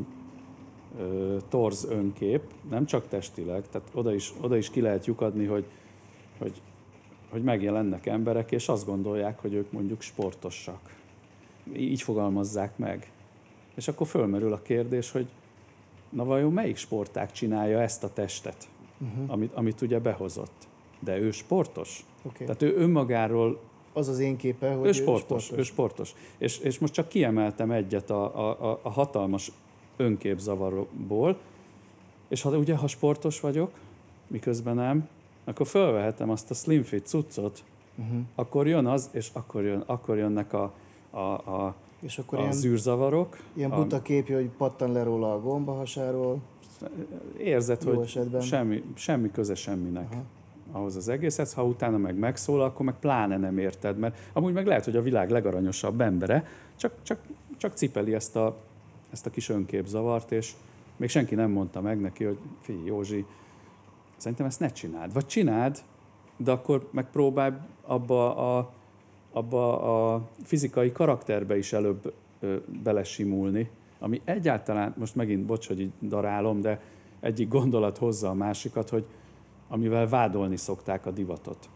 ö, torz önkép, nem csak testileg, tehát oda is, oda is ki lehet lyukadni, hogy, hogy, hogy megjelennek emberek, és azt gondolják, hogy ők mondjuk sportosak. Így fogalmazzák meg. És akkor fölmerül a kérdés, hogy na vajon melyik sportág csinálja ezt a testet, uh-huh. amit, amit ugye behozott. De ő sportos. Okay. Tehát ő önmagáról... Az az én képe, hogy ő sportos. sportos. Ő sportos. És, és most csak kiemeltem egyet a, a, a hatalmas önképzavarból, és ha ugye, ha sportos vagyok, miközben nem, akkor fölvehetem azt a slim fit cuccot, uh-huh. akkor jön az, és akkor, jön, akkor jönnek a, a, a, és akkor a ilyen, zűrzavarok. Ilyen buta a, képje, hogy pattan le róla a gombahasáról. Érzed, hogy semmi, semmi köze semminek. Aha. Ahhoz az egészhez, ha utána meg megszól, akkor meg pláne nem érted, mert amúgy meg lehet, hogy a világ legaranyosabb embere, csak, csak, csak cipeli ezt a, ezt a kis önképzavart, és még senki nem mondta meg neki, hogy figyelj Józsi, szerintem ezt ne csináld. Vagy csináld, de akkor megpróbálj abba a, abba a fizikai karakterbe is előbb ö, belesimulni, ami egyáltalán, most megint bocs, hogy így darálom, de egyik gondolat hozza a másikat, hogy amivel vádolni szokták a divatot.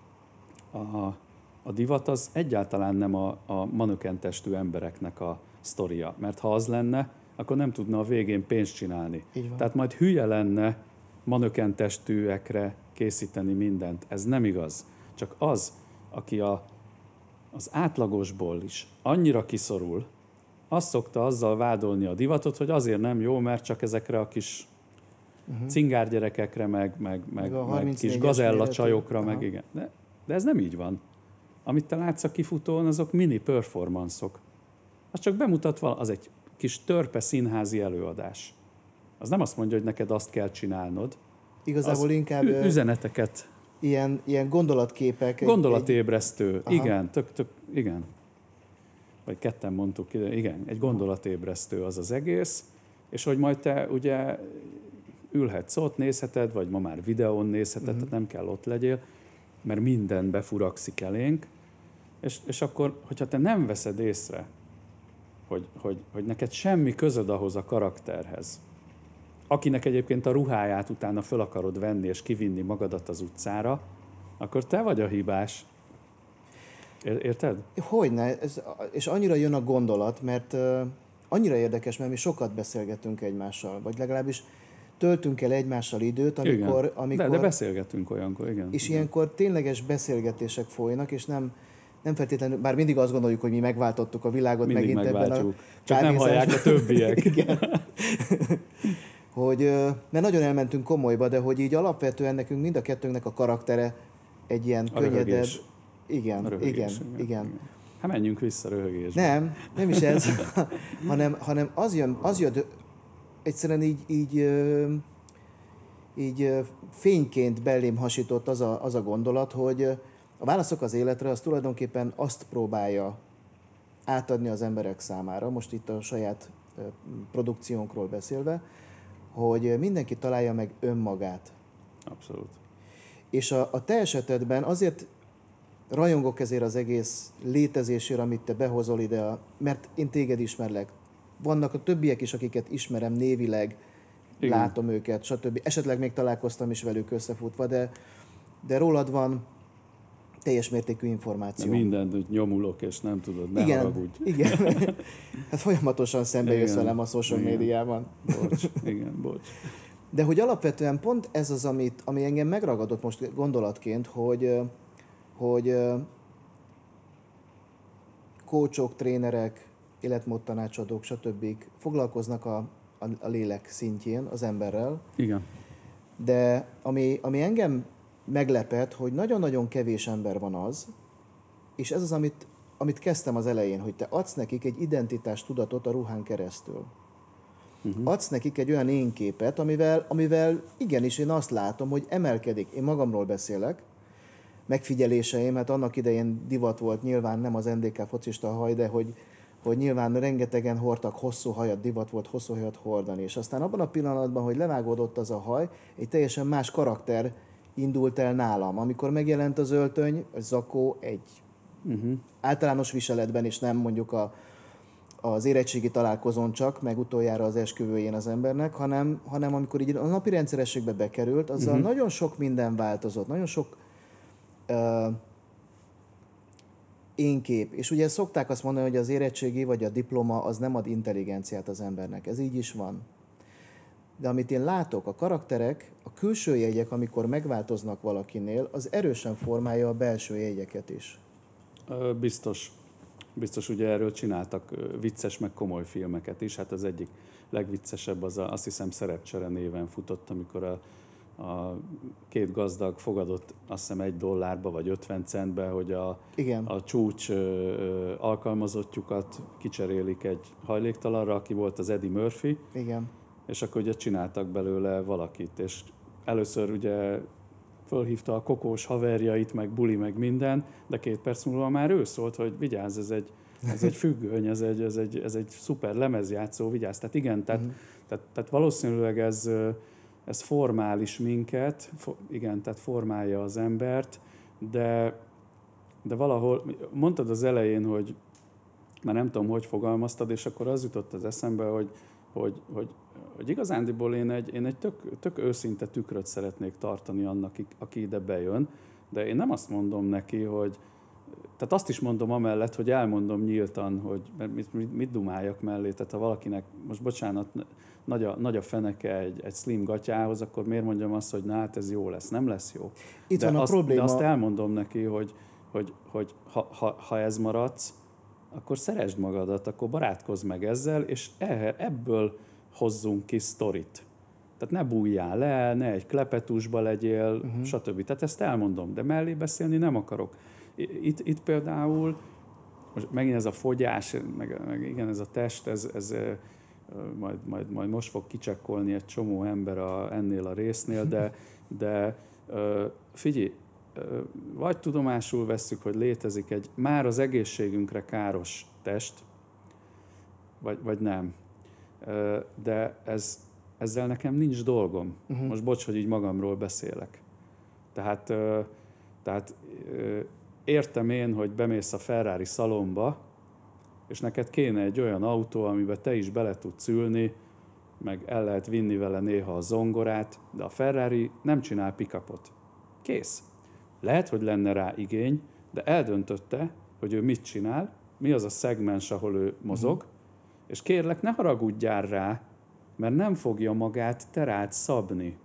A, a divat az egyáltalán nem a, a manöken testű embereknek a sztoria, mert ha az lenne, akkor nem tudna a végén pénzt csinálni. Tehát majd hülye lenne manöken testűekre készíteni mindent. Ez nem igaz. Csak az, aki a, az átlagosból is annyira kiszorul, azt szokta azzal vádolni a divatot, hogy azért nem jó, mert csak ezekre a kis uh-huh. cingárgyerekekre, meg, meg, meg, meg, meg kis gazella csajokra, meg igen. De, de ez nem így van. Amit te látsz a kifutón, azok mini performanszok. Az csak bemutat vala, az egy kis törpe színházi előadás. Az nem azt mondja, hogy neked azt kell csinálnod. Igazából az inkább üzeneteket. Ilyen, ilyen gondolatképek. Gondolatébresztő. Egy... Igen, tök, tök, igen. Vagy ketten mondtuk, igen, egy gondolatébresztő az az egész, és hogy majd te ugye ülhetsz ott, nézheted, vagy ma már videón nézheted, uh-huh. tehát nem kell ott legyél, mert minden befurakszik elénk, és, és akkor, hogyha te nem veszed észre, hogy, hogy, hogy neked semmi közöd ahhoz a karakterhez, akinek egyébként a ruháját utána föl akarod venni, és kivinni magadat az utcára, akkor te vagy a hibás. Érted? Hogyne, ez, és annyira jön a gondolat, mert uh, annyira érdekes, mert mi sokat beszélgetünk egymással, vagy legalábbis töltünk el egymással időt, amikor... Igen. amikor De, de beszélgetünk olyankor, igen. És igen. ilyenkor tényleges beszélgetések folynak, és nem, nem feltétlenül, bár mindig azt gondoljuk, hogy mi megváltottuk a világot mindig megint ebben a Csak nem hallják a többiek. Igen. Hogy, mert nagyon elmentünk komolyba, de hogy így alapvetően nekünk mind a kettőnknek a karaktere egy ilyen A könnyedebb... röhögés. Igen, A röhögés, igen, igen, igen, igen. Hát menjünk vissza röhögésbe. Nem, nem is ez, hanem, hanem az jön, az jön egyszerűen így, így, így fényként belém hasított az a, az a gondolat, hogy a válaszok az életre az tulajdonképpen azt próbálja átadni az emberek számára, most itt a saját produkciónkról beszélve, hogy mindenki találja meg önmagát. Abszolút. És a, a te esetedben azért rajongok ezért az egész létezésért, amit te behozol ide, mert én téged ismerlek. Vannak a többiek is, akiket ismerem névileg, igen. Látom őket, stb. Esetleg még találkoztam is velük összefutva, de, de rólad van teljes mértékű információ. De mindent nyomulok, és nem tudod, ne igen, haragudj. Igen, hát folyamatosan szembe jössz velem a social igen. médiában. Bocs, igen, bocs. De hogy alapvetően pont ez az, amit, ami engem megragadott most gondolatként, hogy, hogy coachok, trénerek, életmódtanácsadók, stb. Foglalkoznak a, a, a lélek szintjén az emberrel. Igen. De ami, ami engem meglepett, hogy nagyon-nagyon kevés ember van az, és ez az, amit, amit kezdtem az elején, hogy te adsz nekik egy identitás tudatot a ruhán keresztül. Uh-huh. Adsz nekik egy olyan énképet, amivel, amivel igenis én azt látom, hogy emelkedik. Én magamról beszélek, megfigyeléseim, hát annak idején divat volt, nyilván nem az en dé ká focista haj, de hogy, hogy nyilván rengetegen hordtak hosszú hajat, divat volt hosszú hajat hordani. És aztán abban a pillanatban, hogy levágódott az a haj, egy teljesen más karakter indult el nálam. Amikor megjelent az öltöny, a zakó egy uh-huh. általános viseletben, és nem mondjuk a, az érettségi találkozón csak, meg utoljára az esküvőjén az embernek, hanem, hanem amikor így a napi rendszerességbe bekerült, azzal uh-huh. nagyon sok minden változott, nagyon sok uh, énkép. És ugye szokták azt mondani, hogy az érettségi vagy a diploma az nem ad intelligenciát az embernek. Ez így is van. De amit én látok, a karakterek, a külső jegyek, amikor megváltoznak valakinél, az erősen formálja a belső jegyeket is. Biztos. Biztos, ugye erről csináltak vicces, meg komoly filmeket is. Hát az egyik legviccesebb az a, azt hiszem, Szerepcsere néven futott, amikor a, a két gazdag fogadott azt hiszem egy dollárba vagy ötven centbe, hogy a, a csúcs ö, alkalmazottjukat kicserélik egy hajléktalanra, aki volt az Eddie Murphy. Igen. És akkor ugye csináltak belőle valakit, és először ugye fölhívta a kokós haverjait, meg buli, meg minden, de két perc múlva már ő szólt, hogy vigyázz, ez egy, ez egy függöny, ez egy, ez, egy, ez egy szuper lemezjátszó, vigyázz. Tehát igen, tehát, uh-huh. tehát, tehát valószínűleg ez, ez formál is minket, igen, tehát formálja az embert, de, de valahol, mondtad az elején, hogy már nem tudom, hogy fogalmaztad, és akkor az jutott az eszembe, hogy, hogy, hogy hogy igazándiból én egy, én egy tök, tök őszinte tükröt szeretnék tartani annak, aki ide bejön, de én nem azt mondom neki, hogy... Tehát azt is mondom amellett, hogy elmondom nyíltan, hogy mit, mit, mit dumáljak mellé. Tehát ha valakinek, most bocsánat, nagy a, nagy a feneke egy, egy slim gatyához, akkor miért mondjam azt, hogy na hát ez jó lesz, nem lesz jó. Itt de van a azt, probléma. De azt elmondom neki, hogy, hogy, hogy ha, ha, ha ez maradsz, akkor szeresd magadat, akkor barátkozz meg ezzel, és ebből hozzunk ki sztorit. Tehát ne bújjál le, ne egy klepetusba legyél, uh-huh. stb. Tehát ezt elmondom, de mellé beszélni nem akarok. Itt, itt például, most megint ez a fogyás, meg, meg igen, ez a test, ez, ez majd, majd, majd most fog kicsekkolni egy csomó ember a, ennél a résznél, de, de figyelj, vagy tudomásul vesszük, hogy létezik egy már az egészségünkre káros test, vagy, vagy nem. De ez, ezzel nekem nincs dolgom. Uh-huh. Most bocs, hogy így magamról beszélek. Tehát, tehát értem én, hogy bemész a Ferrari szalomba, és neked kéne egy olyan autó, amiben te is bele tudsz ülni, meg el lehet vinni vele néha a zongorát, de a Ferrari nem csinál pick-upot. Kész. Lehet, hogy lenne rá igény, de eldöntötte, hogy ő mit csinál, mi az a szegmens, ahol ő mozog, uh-huh. és kérlek, ne haragudjál rá, mert nem fogja magát te rád szabni.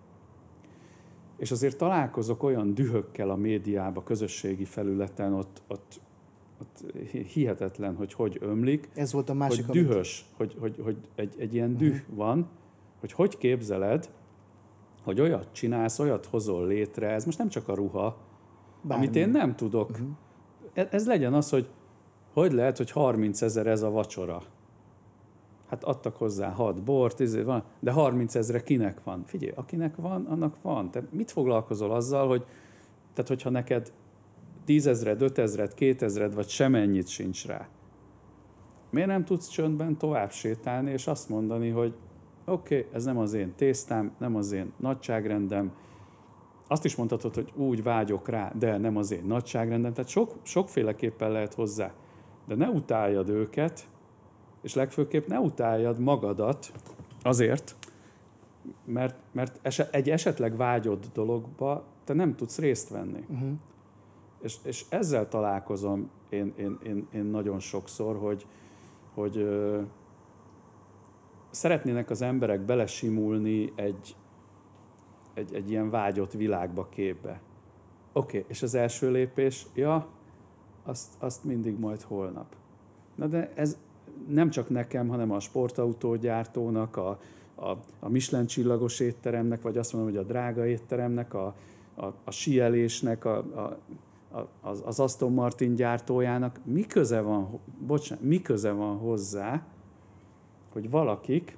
És azért találkozok olyan dühökkel a médiában, közösségi felületen, ott, ott, ott hihetetlen, hogy hogy ömlik. Ez volt a másik, hogy dühös, amit... hogy, hogy, hogy egy, egy ilyen düh uh-huh. van, hogy hogy képzeled, hogy olyat csinálsz, olyat hozol létre, ez most nem csak a ruha, bármi, amit én nem tudok. Uh-huh. Ez legyen az, hogy hogy lehet, hogy harmincezer ez a vacsora. Hát adtak hozzá hat bort, van, de harmincezre kinek van? Figyelj, akinek van, annak van. Te mit foglalkozol azzal, hogy tehát hogyha neked tízezred, ötezred, kétezred, vagy semennyit sincs rá, miért nem tudsz csöndben tovább sétálni, és azt mondani, hogy oké, okay, ez nem az én tésztám, nem az én nagyságrendem. Azt is mondhatod, hogy úgy vágyok rá, de nem az én nagyságrendem. Tehát sok, sokféleképpen lehet hozzá. De ne utáljad őket, és legfőképp ne utáljad magadat azért, mert, mert eset, egy esetleg vágyott dologba te nem tudsz részt venni. Uh-huh. És, és ezzel találkozom én, én, én, én nagyon sokszor, hogy, hogy ö, szeretnének az emberek belesimulni egy, egy, egy ilyen vágyott világba, képbe. Oké, okay, és az első lépés, ja, azt, azt mindig majd holnap. Na de ez nem csak nekem, hanem a sportautógyártónak, a, a, a Michelin csillagos étteremnek, vagy azt mondom, hogy a drága étteremnek, a, a, a síelésnek, a, a, a, az, az Aston Martin gyártójának mi köze van, bocsánat, mi köze van hozzá, hogy valakik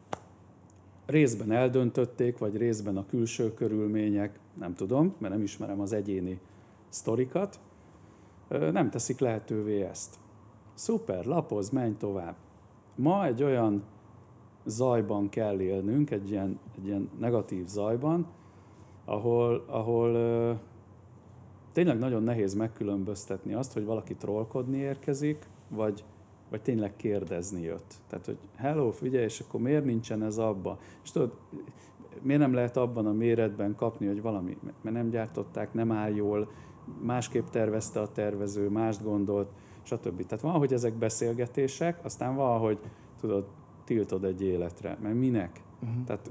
részben eldöntötték, vagy részben a külső körülmények, nem tudom, mert nem ismerem az egyéni sztorikat, nem teszik lehetővé ezt. Szuper, lapozz, menj tovább. Ma egy olyan zajban kell élnünk, egy ilyen, egy ilyen negatív zajban, ahol, ahol ö, tényleg nagyon nehéz megkülönböztetni azt, hogy valaki trollkodni érkezik, vagy, vagy tényleg kérdezni jött. Tehát, hogy hello, figyelj, és akkor miért nincsen ez abban? És tudod, miért nem lehet abban a méretben kapni, hogy valami, mert nem gyártották, nem áll jól, másképp tervezte a tervező, mást gondolt, stb. Tehát van, hogy ezek beszélgetések, aztán van, hogy tudod, tiltod egy életre. Mert minek? Uh-huh. Tehát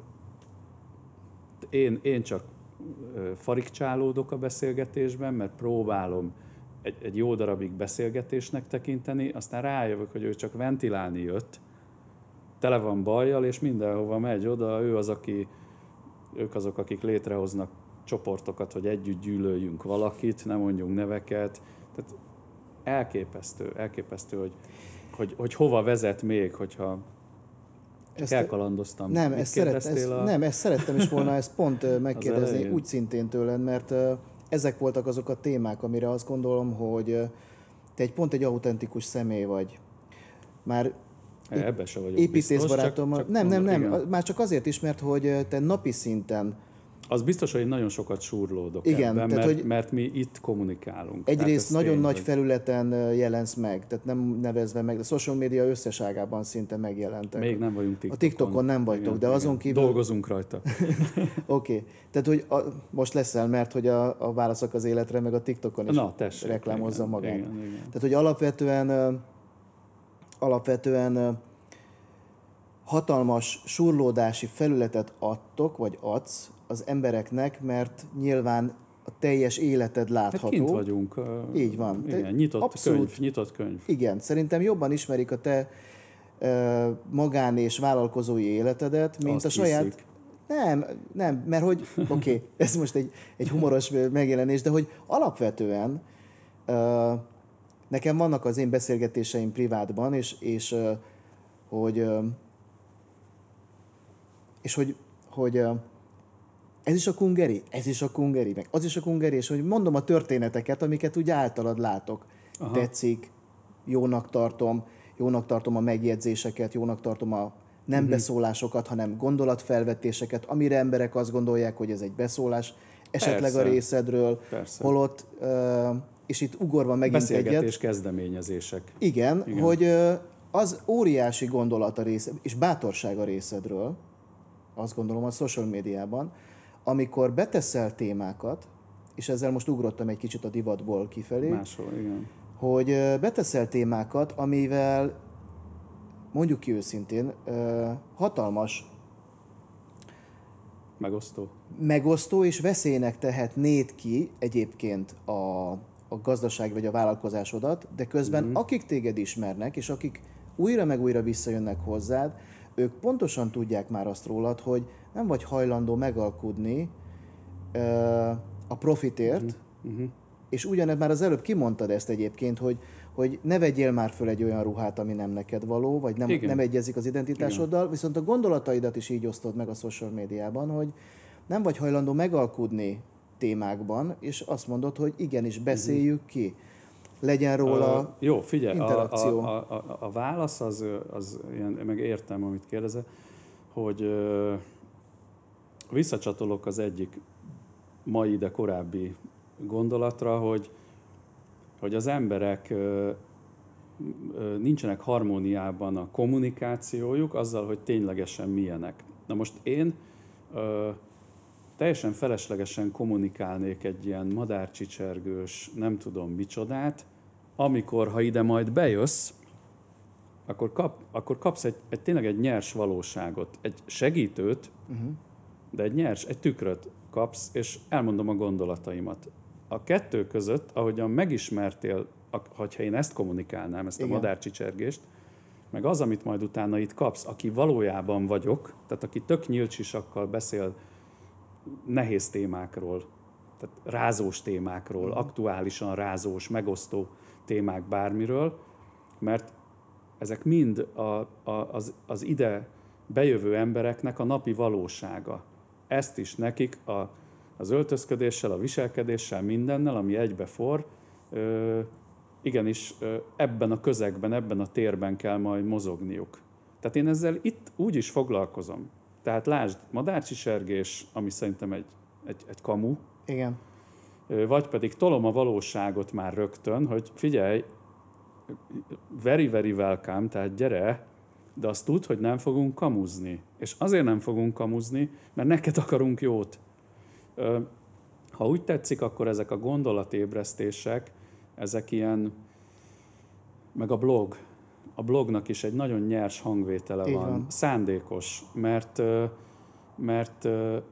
én, én csak farigcsálódok a beszélgetésben, mert próbálom egy, egy jó darabig beszélgetésnek tekinteni, aztán rájövök, hogy ő csak ventilálni jött, tele van bajjal, és mindenhova megy oda, ő az, aki, ők azok, akik létrehoznak csoportokat, hogy együtt gyűlöljünk valakit, nem mondjunk neveket. Tehát elképesztő, elképesztő, hogy, hogy, hogy hova vezet még, hogyha ezt elkalandoztam. Nem, ezt, szeret, ezt, a... nem, ezt szerettem is volna ezt pont megkérdezni, úgy szintén tőled, mert ezek voltak azok a témák, amire azt gondolom, hogy te egy pont egy autentikus személy vagy. Már ebben se vagyok építészbarátommal. Csak, csak nem, nem, nem, igen. Már csak azért is, mert hogy te napi szinten az biztos, hogy én nagyon sokat súrlódok igen, ebben, tehát, mert, hogy mert mi itt kommunikálunk. Egyrészt nagyon tény, nagy hogy... felületen jelensz meg, tehát nem nevezve meg, de a social media összeságában szinte megjelentek. Még nem vagyunk TikTokon. A TikTokon nem vagytok, igen, de azon igen. kívül... Dolgozunk rajta. Oké, okay. Tehát hogy a, most leszel, mert hogy a, a válaszok az életre, meg a TikTokon is Na, tessék, reklámozza igen, magát. Igen, igen. Tehát, hogy alapvetően, alapvetően hatalmas surlódási felületet adtok, vagy adsz az embereknek, mert nyilván a teljes életed látható. Hát kint vagyunk. Így van. Igen, nyitott abszolút, könyv, nyitott könyv. Igen, szerintem jobban ismerik a te uh, magán- és vállalkozói életedet, mint azt a saját... Hiszik. Nem, nem, mert hogy, oké, okay, ez most egy, egy humoros megjelenés, de hogy alapvetően uh, nekem vannak az én beszélgetéseim privátban, és, és uh, hogy uh, és hogy, hogy uh, ez is a kungeri, ez is a kungeri, meg az is a kungeri, és hogy mondom a történeteket, amiket úgy általad látok. Aha. Tetszik, jónak tartom, jónak tartom a megjegyzéseket, jónak tartom a nem uh-huh. beszólásokat, hanem gondolatfelvetéseket, amire emberek azt gondolják, hogy ez egy beszólás, esetleg Persze. a részedről, Persze. holott, uh, és itt ugorva megint beszélgetés, egyet. kezdeményezések. Igen, Igen. hogy uh, az óriási gondolat a része, és bátorság a részedről, azt gondolom a social médiában, amikor beteszel témákat, és ezzel most ugrottam egy kicsit a divatból kifelé, Máshol, igen. hogy ö, beteszel témákat, amivel mondjuk ki őszintén, ö, hatalmas Megosztó. megosztó és veszélynek tehetnéd ki egyébként a, a gazdaság vagy a vállalkozásodat, de közben uh-huh. akik téged ismernek, és akik újra meg újra visszajönnek hozzád, ők pontosan tudják már azt rólad, hogy nem vagy hajlandó megalkudni ö, a profitért, uh-huh. Uh-huh. és ugyanez már az előbb kimondtad ezt egyébként, hogy, hogy ne vegyél már föl egy olyan ruhát, ami nem neked való, vagy nem, nem egyezik az identitásoddal, Igen. viszont a gondolataidat is így osztod meg a social médiában, hogy nem vagy hajlandó megalkudni témákban, és azt mondod, hogy igenis beszéljük ki. Legyen róla uh, jó, figyelj, interakció. A, a, a, a válasz az, az ilyen, meg értem, amit kérdezel, hogy uh, visszacsatolok az egyik mai, de korábbi gondolatra, hogy, hogy az emberek uh, uh, nincsenek harmóniában a kommunikációjuk azzal, hogy ténylegesen milyenek. Na most én uh, teljesen feleslegesen kommunikálnék egy ilyen madárcsicsergős, nem tudom micsodát, amikor, ha ide majd bejössz, akkor, kap, akkor kapsz egy, egy, tényleg egy nyers valóságot, egy segítőt, uh-huh. de egy nyers, egy tükröt kapsz, és elmondom a gondolataimat. A kettő között, ahogyan megismertél, ha én ezt kommunikálnám, ezt Igen. a madárcsicsergést, meg az, amit majd utána itt kapsz, aki valójában vagyok, tehát aki tök nyílcsisakkal beszél nehéz témákról, tehát rázós témákról, mm. aktuálisan rázós, megosztó témák bármiről, mert ezek mind a, a, az, az ide bejövő embereknek a napi valósága. Ezt is nekik a, az öltözködéssel, a viselkedéssel, mindennel, ami egybefor, ö, igenis ö, ebben a közegben, ebben a térben kell majd mozogniuk. Tehát én ezzel itt úgy is foglalkozom. Tehát lásd, madárcsicsergés, ami szerintem egy, egy, egy kamu. Igen. Vagy pedig tolom a valóságot már rögtön, hogy figyelj, very, very welcome, tehát gyere, de azt tudd, hogy nem fogunk kamuzni. És azért nem fogunk kamuzni, mert neked akarunk jót. Ha úgy tetszik, akkor ezek a gondolatébresztések, ezek ilyen, meg a blog, a blognak is egy nagyon nyers hangvétele van. van. Szándékos, mert, mert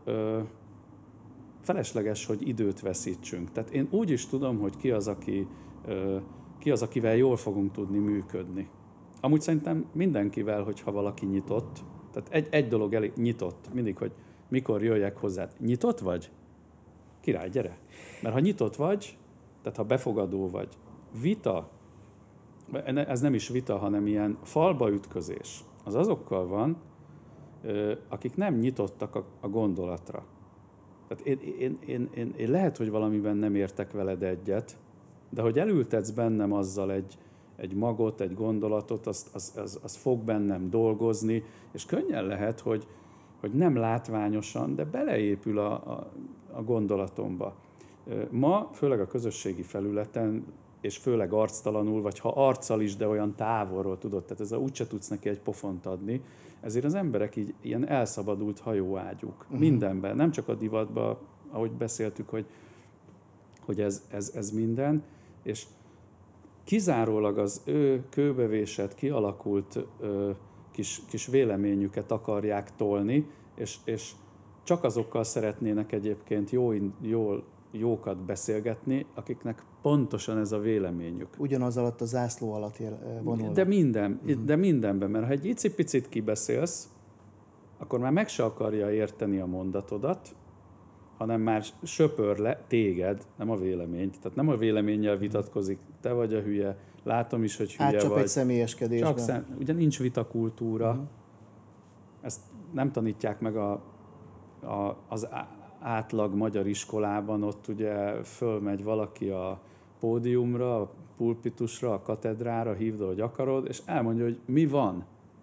felesleges, hogy időt veszítsünk. Tehát én úgy is tudom, hogy ki az, aki, ki az, akivel jól fogunk tudni működni. Amúgy szerintem mindenkivel, hogyha valaki nyitott, tehát egy, egy dolog elég nyitott, mindig, hogy mikor jöjjek hozzád. Nyitott vagy? Király, gyere! Mert ha nyitott vagy, tehát ha befogadó vagy, vita, ez nem is vita, hanem ilyen falba ütközés. Az azokkal van, akik nem nyitottak a, a gondolatra. Tehát én, én, én, én, én lehet, hogy valamiben nem értek veled egyet, de hogy elültetsz bennem azzal egy, egy magot, egy gondolatot, az, az, az, az fog bennem dolgozni, és könnyen lehet, hogy, hogy nem látványosan, de beleépül a, a, a gondolatomba. Ma, főleg a közösségi felületen, és főleg arctalanul, vagy ha arccal is, de olyan távolról tudod, tehát ez a úgyse tudsz neki egy pofont adni, ezért az emberek így ilyen elszabadult hajóágyúk. Uh-huh. Mindenben, nem csak a divatban, ahogy beszéltük, hogy, hogy ez, ez, ez minden, és kizárólag az ő kőbevésett, kialakult ö, kis, kis véleményüket akarják tolni, és, és csak azokkal szeretnének egyébként jó, jól jókat beszélgetni, akiknek pontosan ez a véleményük. Ugyanaz alatt a zászló alatt vonulnak. De, minden, uh-huh. de mindenben, mert ha egy icipicit kibeszélsz, akkor már meg se akarja érteni a mondatodat, hanem már söpör le téged, nem a véleményt. Tehát nem a véleménnyel vitatkozik, te vagy a hülye, látom is, hogy hülye Átcsap vagy. egy személyeskedésben. Csak szem, ugye nincs vitakultúra. Uh-huh. Ezt nem tanítják meg a, a, az átlag magyar iskolában, ott ugye fölmegy valaki a pódiumra, a pulpitusra, a katedrára, hívd, hogy akarod, és elmondja, hogy mi van.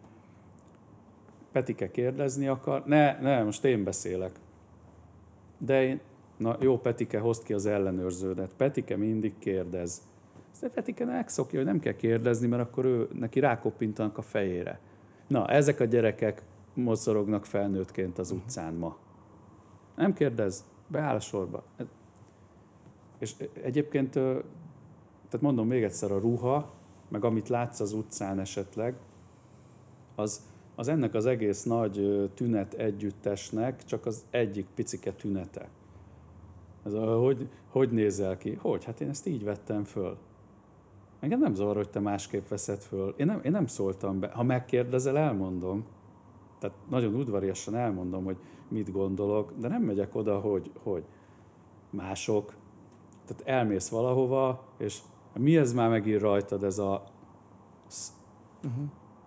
Petike kérdezni akar. Ne, ne, most én beszélek. De én, na jó, Petike, hozd ki az ellenőrződet. Petike mindig kérdez. Aztán Petike megszokja, hogy nem kell kérdezni, mert akkor ő, neki rákoppintanak a fejére. Na, ezek a gyerekek mocorognak felnőttként az utcán ma. Nem kérdez, beáll a sorba. És egyébként tehát mondom még egyszer, a ruha, meg amit látsz az utcán esetleg, az, az ennek az egész nagy tünet együttesnek csak az egyik picike tünete. Ez a, hogy, hogy nézel ki? Hogy? Hát én ezt így vettem föl. Engem nem zavar, hogy te másképp veszed föl. Én nem, én nem szóltam be. Ha megkérdezel, elmondom. Tehát nagyon udvariasan elmondom, hogy mit gondolok, de nem megyek oda, hogy, hogy mások. Tehát elmész valahova, és mi ez már megír rajtad, ez a... Uh-huh.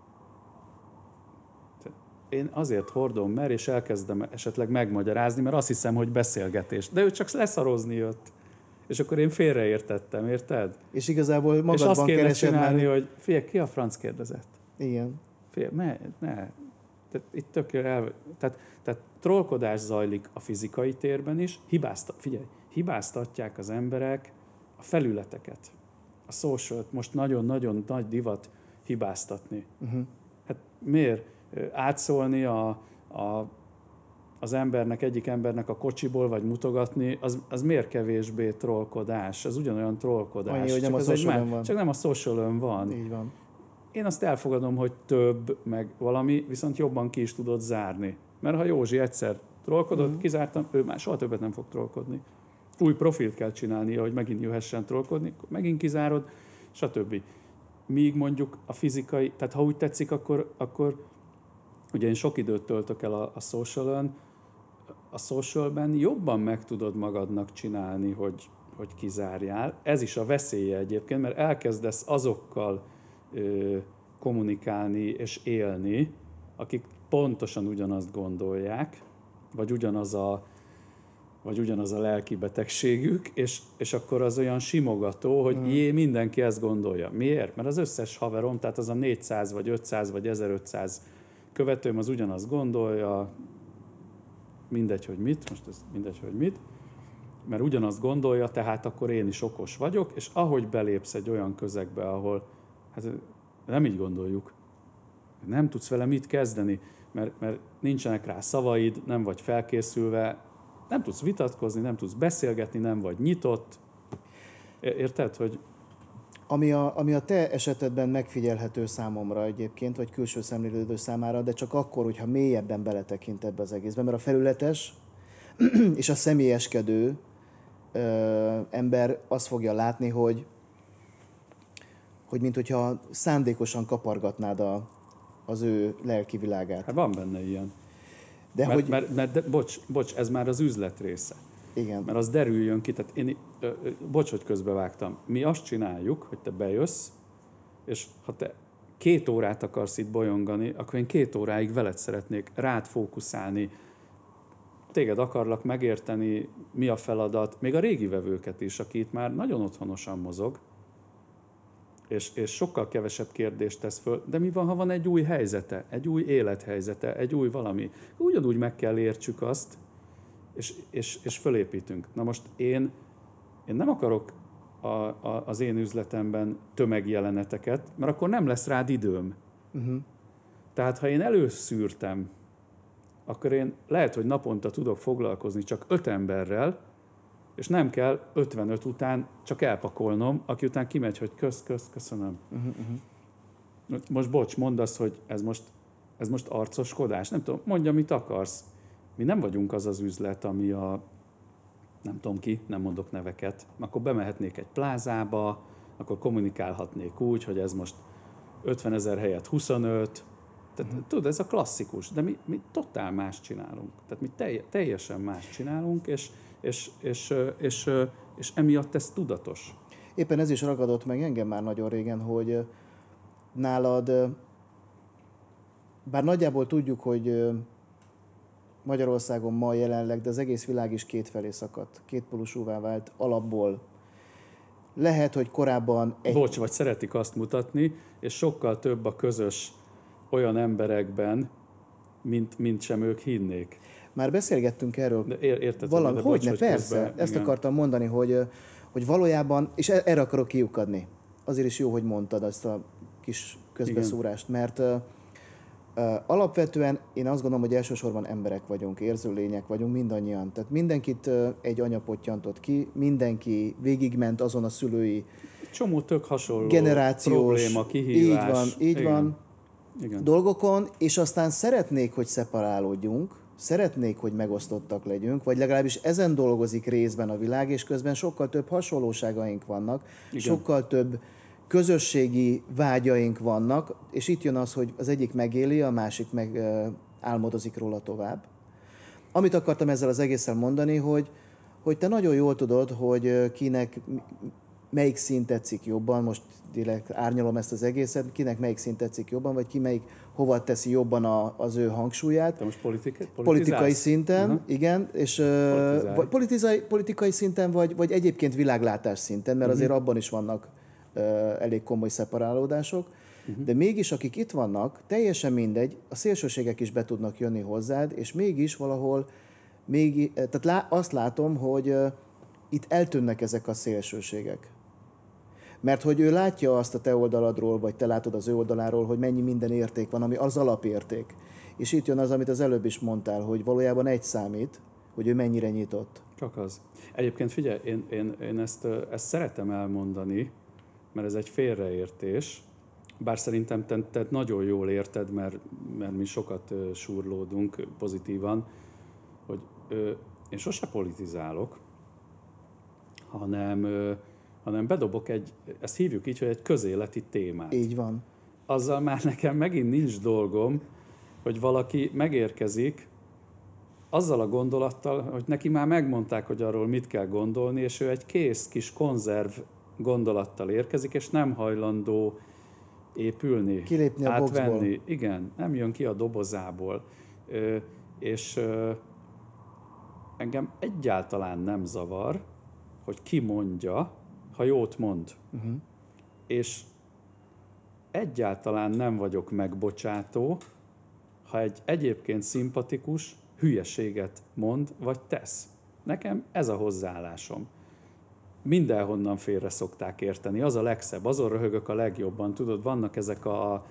Én azért hordom mer, és elkezdem esetleg megmagyarázni, mert azt hiszem, hogy beszélgetés. De ő csak leszarozni jött. És akkor én félreértettem, érted? És igazából magadban és azt kéne csinálni, már... hogy figyelj, ki a franc kérdezett? Igen. Figyelj, ne, ne. Tehát itt tök el... Tehát, tehát trollkodás zajlik a fizikai térben is. Hibázta... Figyelj, hibáztatják az emberek a felületeket. A social-t most nagyon-nagyon nagy divat hibáztatni. Uh-huh. Hát miért? Átszólni a, a, az embernek, egyik embernek a kocsiból, vagy mutogatni, az, az miért kevésbé trollkodás? Az ugyanolyan trollkodás. Annyi, hogy nem csak a social-ön van. Csak nem a social-ön van. Így van. Én azt elfogadom, hogy több, meg valami, viszont jobban ki is tudod zárni. Mert ha Józsi egyszer trollkodott, mm. kizártam, ő már soha többet nem fog trollkodni. Új profilt kell csinálnia, hogy megint jöhessen trollkodni, megint kizárod, stb. Míg mondjuk a fizikai, tehát ha úgy tetszik, akkor, akkor ugye én sok időt töltök el a, a social-ön, a socialben jobban meg tudod magadnak csinálni, hogy, hogy kizárjál. Ez is a veszélye egyébként, mert elkezdesz azokkal ö, kommunikálni és élni, akik pontosan ugyanazt gondolják, vagy ugyanaz a, vagy ugyanaz a lelki betegségük, és, és akkor az olyan simogató, hogy mm. jé, mindenki ezt gondolja. Miért? Mert az összes haverom, tehát az a négyszáz, vagy ötszáz, vagy ezerötszáz követőm az ugyanazt gondolja, mindegy, hogy mit, most ez mindegy, hogy mit, mert ugyanazt gondolja, tehát akkor én is okos vagyok, és ahogy belépsz egy olyan közegbe, ahol hát nem így gondoljuk, nem tudsz vele mit kezdeni, mert, mert nincsenek rá szavaid, nem vagy felkészülve, nem tudsz vitatkozni, nem tudsz beszélgetni, nem vagy nyitott. Érted, hogy... Ami a, ami a te esetedben megfigyelhető számomra egyébként, vagy külső szemlélődő számára, de csak akkor, hogyha mélyebben beletekint ebbe az egészben, mert a felületes és a személyeskedő ö, ember azt fogja látni, hogy, hogy mint hogyha szándékosan kapargatnád a, az ő lelki világát. Hát van benne ilyen. De mert, hogy... mert, mert de, bocs, bocs, ez már az üzlet része. Igen. Mert az derüljön ki, tehát én, ö, ö, bocs, hogy közbevágtam, mi azt csináljuk, hogy te bejössz, és ha te két órát akarsz itt bolyongani, akkor én két óráig veled szeretnék rád fókuszálni, téged akarlak megérteni, mi a feladat, még a régi vevőket is, aki itt már nagyon otthonosan mozog, és, és sokkal kevesebb kérdést tesz föl, de mi van, ha van egy új helyzete, egy új élethelyzete, egy új valami, ugyanúgy meg kell értsük azt, És, és, és fölépítünk. Na most én, én nem akarok a, a, az én üzletemben tömegjeleneteket, mert akkor nem lesz rád időm. Uh-huh. Tehát ha én előszűrtem, akkor én lehet, hogy naponta tudok foglalkozni csak öt emberrel, és nem kell ötvenöt után csak elpakolnom, aki után kimegy, hogy kösz, kösz, köszönöm. Uh-huh, uh-huh. Most bocs, mondd azt, hogy ez most, ez most arcoskodás. Nem tudom, mondja, mit akarsz. Mi nem vagyunk az az üzlet, ami a, nem tudom ki, nem mondok neveket, akkor bemehetnék egy plázába, akkor kommunikálhatnék úgy, hogy ez most ötvenezer helyett huszonöt, tehát uh-huh. tudod, ez a klasszikus, de mi, mi totál más csinálunk. Tehát mi telj, teljesen más csinálunk, és, és, és, és, és, és emiatt ez tudatos. Éppen ez is ragadott meg engem már nagyon régen, hogy nálad, bár nagyjából tudjuk, hogy Magyarországon ma jelenleg, de az egész világ is kétfelé szakadt, kétpólusúvá vált alapból. Lehet, hogy korábban... Egy... Bocs, vagy szeretik azt mutatni, és sokkal több a közös olyan emberekben, mint, mint sem ők hinnék. Már beszélgettünk erről. De ér, érted, Valami, de hogyne, bocs, hogy persze, közben, ezt igen. akartam mondani, hogy, hogy valójában, és erre akarok kiukadni. Azért is jó, hogy mondtad ezt a kis közbeszúrást, igen. mert... Uh, alapvetően én azt gondolom, hogy elsősorban emberek vagyunk, érző lények vagyunk mindannyian. Tehát mindenkit uh, egy anya pottyantott ki, mindenki végigment azon a szülői csomó tök hasonló generációs, probléma, kihívás. így van, így Igen. van, Igen. dolgokon, és aztán szeretnék, hogy szeparálódjunk, szeretnék, hogy megosztottak legyünk, vagy legalábbis ezen dolgozik részben a világ, és közben sokkal több hasonlóságaink vannak, Igen. sokkal több közösségi vágyaink vannak, és itt jön az, hogy az egyik megéli, a másik meg ö, álmodozik róla tovább. Amit akartam ezzel az egészen mondani, hogy, hogy te nagyon jól tudod, hogy ö, kinek melyik szín tetszik jobban, most direkt árnyalom ezt az egészet, kinek melyik szín tetszik jobban, vagy ki melyik hova teszi jobban a, az ő hangsúlyát. Te most politika, Politikai szinten, uh-huh. igen, és Politizálj. vagy politikai, politikai szinten, vagy, vagy egyébként világlátás szinten, mert uh-huh. azért abban is vannak uh, elég komoly szeparálódások, uh-huh. de mégis akik itt vannak, teljesen mindegy, a szélsőségek is be tudnak jönni hozzád, és mégis valahol, még, tehát lá, azt látom, hogy uh, itt eltűnnek ezek a szélsőségek. Mert hogy ő látja azt a te oldaladról, vagy te látod az ő oldaláról, hogy mennyi minden érték van, ami az alapérték. És itt jön az, amit az előbb is mondtál, hogy valójában egy számít, hogy ő mennyire nyitott. Csak az. Egyébként figyelj, én, én, én ezt, ezt szeretem elmondani, mert ez egy félreértés, bár szerintem te, te nagyon jól érted, mert, mert mi sokat uh, súrlódunk pozitívan, hogy uh, én sose politizálok, hanem... Uh, hanem bedobok egy, ezt hívjuk így, hogy egy közéleti témát. Így van. Azzal már nekem megint nincs dolgom, hogy valaki megérkezik azzal a gondolattal, hogy neki már megmondták, hogy arról mit kell gondolni, és ő egy kész kis konzerv gondolattal érkezik, és nem hajlandó épülni, kilépni a átvenni. boxból. Igen, nem jön ki a dobozából. Ö, és ö, engem egyáltalán nem zavar, hogy ki mondja, ha jót mond. Uh-huh. És egyáltalán nem vagyok megbocsátó, ha egy egyébként szimpatikus hülyeséget mond vagy tesz. Nekem ez a hozzáállásom. Mindenhonnan félre szokták érteni. Az a legszebb, azon röhögök a legjobban. Tudod, vannak ezek a...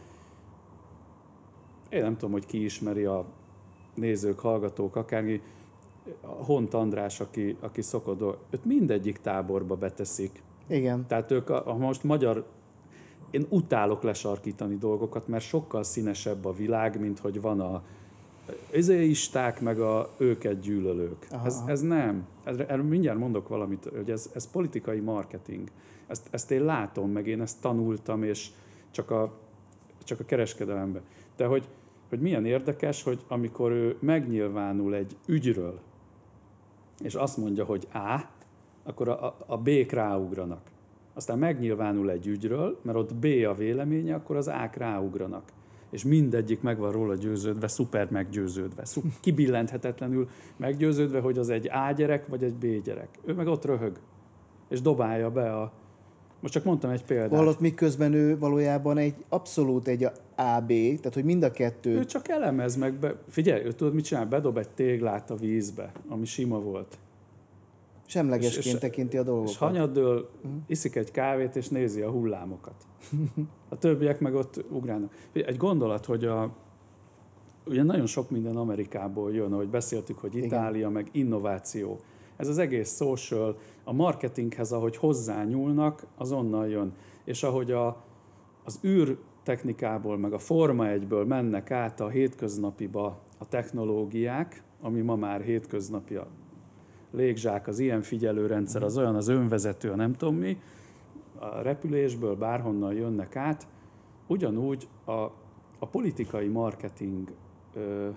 Én nem tudom, hogy ki ismeri a nézők, hallgatók, akármi. A Hont András, aki, aki szokott, őt mindegyik táborba beteszik. Igen. Tehát ők, a, a most magyar, én utálok lesarkítani dolgokat, mert sokkal színesebb a világ, mint hogy van a izéisták, meg a őket gyűlölők. Ez, ez nem. Erről mindjárt mondok valamit, hogy ez, ez politikai marketing. Ezt, ezt én látom, meg én ezt tanultam, és csak a, csak a kereskedelemben. De hogy, hogy milyen érdekes, hogy amikor ő megnyilvánul egy ügyről, és azt mondja, hogy A, akkor a, a B-k ráugranak. Aztán megnyilvánul egy ügyről, mert ott B a véleménye, akkor az A-k ráugranak. És mindegyik meg van róla győződve, szuper meggyőződve, szuper, kibillenthetetlenül meggyőződve, hogy az egy A gyerek, vagy egy B gyerek. Ő meg ott röhög, és dobálja be a... Most csak mondtam egy példát. Holott miközben ő valójában egy abszolút egy á bé, tehát hogy mind a kettő... Ő csak elemez meg be. Figyelj, ő tudod mit csinál? Bedob egy téglát a vízbe, ami sima volt. Semlegesként és, és, tekinti a dolgokat. És hanyaddől iszik egy kávét, és nézi a hullámokat. A többiek meg ott ugrálnak. Egy gondolat, hogy a, ugye nagyon sok minden Amerikából jön, ahogy beszéltük, hogy Itália, igen, meg innováció. Ez az egész social, a marketinghez, ahogy hozzányúlnak, az onnan jön. És ahogy a, az űrtechnikából, meg a Forma egyből mennek át a hétköznapiba a technológiák, ami ma már hétköznapi, a légzsák, az ilyen figyelőrendszer, az olyan, az önvezető, a nem tudom mi, a repülésből bárhonnan jönnek át, ugyanúgy a, a politikai marketing ö,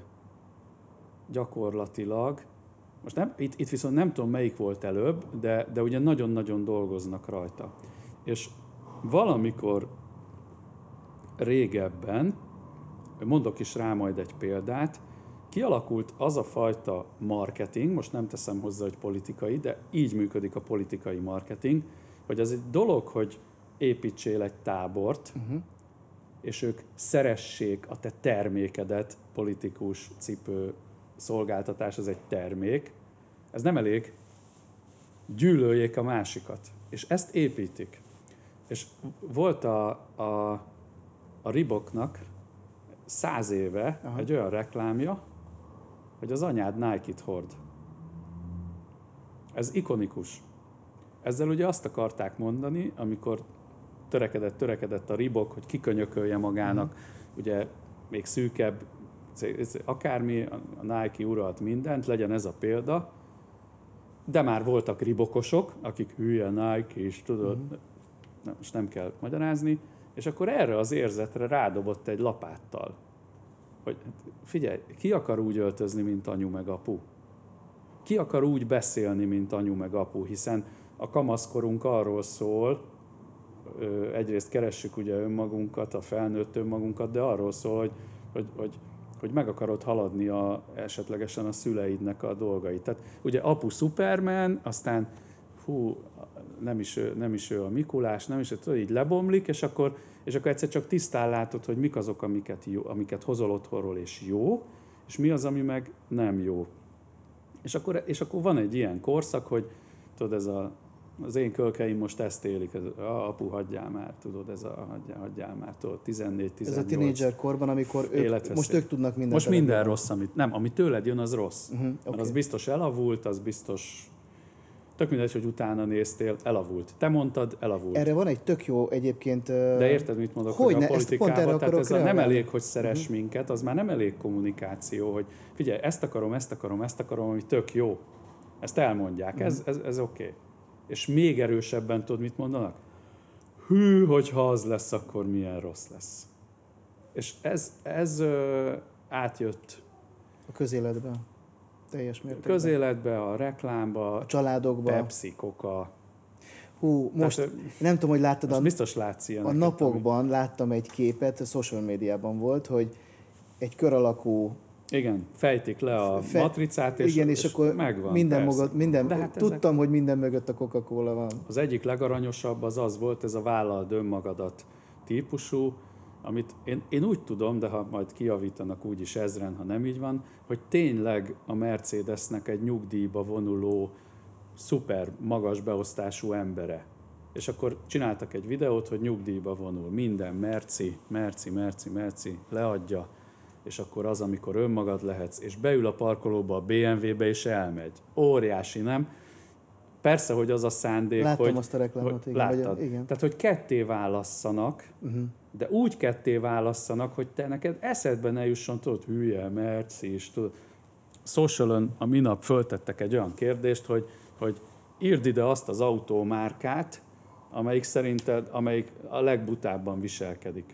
gyakorlatilag, most nem, itt, itt viszont nem tudom, melyik volt előbb, de, de ugye nagyon-nagyon dolgoznak rajta. És valamikor régebben, mondok is rá majd egy példát, kialakult az a fajta marketing, most nem teszem hozzá, hogy politikai, de így működik a politikai marketing, hogy az egy dolog, hogy építsél egy tábort, uh-huh. és ők szeressék a te termékedet, politikus, cipő, szolgáltatás, az egy termék. Ez nem elég. Gyűlöljék a másikat. És ezt építik. És volt a, a, a Reeboknak száz éve aha. egy olyan reklámja, hogy az anyád Nike-t hord. Ez ikonikus. Ezzel ugye azt akarták mondani, amikor törekedett, törekedett a Reebok, hogy kikönyökölje magának, mm. ugye még szűkebb, akármi, a Nike uralt mindent, legyen ez a példa, de már voltak Reebokosok, akik hülye Nike, és tudod, mm. na, most nem kell magyarázni, és akkor erre az érzetre rádobott egy lapáttal, hogy figyelj, ki akar úgy öltözni, mint anyu meg apu? Ki akar úgy beszélni, mint anyu meg apu? Hiszen a kamaszkorunk arról szól, egyrészt keressük ugye önmagunkat, a felnőtt önmagunkat, de arról szól, hogy, hogy, hogy, hogy meg akarod haladni a, esetlegesen a szüleidnek a dolgait. Tehát ugye apu Superman, aztán hú, nem is, nem is ő a Mikulás, nem is, tudod, így lebomlik, és akkor, és akkor egyszer csak tisztán látod, hogy mik azok, amiket, jó, amiket hozol otthonról, és jó, és mi az, ami meg nem jó. És akkor, és akkor van egy ilyen korszak, hogy tudod, ez a, az én kölkeim most ezt élik, ez, a, apu, hagyjál már, tudod, ez a hagyjál, hagyjál már, tudod, tizennégy tizennyolc. Ez a tínédzser korban, amikor ők, most ők tudnak mindent. Most minden elegni. Rossz, amit, nem, ami tőled jön, az rossz. Uh-huh, okay. Mert az biztos elavult, az biztos, tök mindegy, hogy utána néztél, elavult. Te mondtad, elavult. Erre van egy tök jó egyébként... De érted, mit mondok, hogy, hogy a politikában, tehát ez nem elég, hogy szeress uh-huh. minket, az már nem elég kommunikáció, hogy figyelj, ezt akarom, ezt akarom, ezt akarom, ami tök jó. Ezt elmondják, uh-huh. ez, ez, ez oké. Okay. És még erősebben tudod, mit mondanak? Hű, hogyha az lesz, akkor milyen rossz lesz. És ez, ez ö, átjött a közéletben, teljes mértékben. A közéletben, a reklámba, a családokban. Pepsi, Coca. Hú, most Tehát, nem tudom, hogy láttad, a, biztos látsz a napokban ami... láttam egy képet, a social médiában volt, hogy egy kör alakú igen, fejtik le a Fe... matricát, és, igen, és, és akkor megvan. Minden mögött, minden, hát tudtam, ezek... hogy minden mögött a Coca-Cola van. Az egyik legaranyosabb az az volt, ez a vállald önmagadat típusú, amit én, én úgy tudom, de ha majd kijavítanak úgyis ezren, ha nem így van, hogy tényleg a Mercedesnek egy nyugdíjba vonuló, szuper magas beosztású embere. És akkor csináltak egy videót, hogy nyugdíjba vonul. Minden merci, merci, merci, merci, leadja. És akkor az, amikor önmagad lehetsz, és beül a parkolóba, a bé em vé-be, és elmegy. Óriási, nem? Persze, hogy az a szándék, Láttam hogy... azt a reklámot, igen. Láttad? Vagy, igen. Tehát, hogy ketté válasszanak, uh-huh. de úgy ketté válasszanak, hogy te neked eszedbe ne jusson, tudod, hülye, merci, és tudod. Socialon a minap föltettek egy olyan kérdést, hogy, hogy írd ide azt az autómárkát, amelyik szerinted, amelyik a legbutábban viselkedik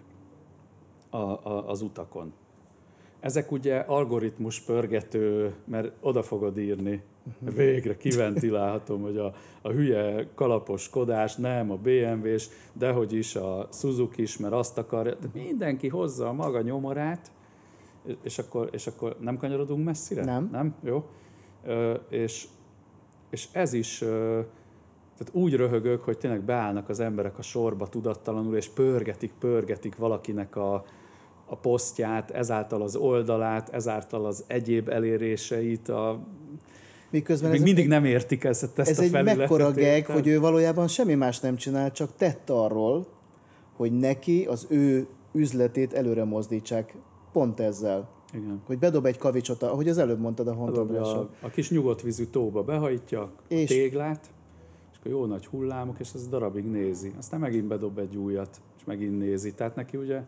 a, a, az utakon. Ezek ugye algoritmus pörgető, mert oda fogod írni, végre kiventilálhatom, hogy a, a hülye kalapos Skodás, nem a bé em vé-s, dehogy is a Suzuki is, mert azt akarja. De mindenki hozza a maga nyomorát, és akkor, és akkor nem kanyarodunk messzire? Nem. Nem? Jó. Ö, és, és ez is, ö, tehát úgy röhögök, hogy tényleg beállnak az emberek a sorba tudattalanul, és pörgetik, pörgetik valakinek a a posztját, ezáltal az oldalát, ezáltal az egyéb eléréseit. A... Miközben még ez mindig egy, nem értik ezt, ezt ez a felületet. Ez egy mekkora geg, hogy ő valójában semmi más nem csinál, csak tett arról, hogy neki az ő üzletét előre mozdítsák pont ezzel. Igen. Hogy bedob egy kavicsot, ahogy az előbb mondtad a hontablásra. A, a kis nyugodt vízű tóba behajtja a és... téglát, és akkor jó nagy hullámok, és ez darabig nézi. Aztán megint bedob egy újat, és megint nézi. Tehát neki ugye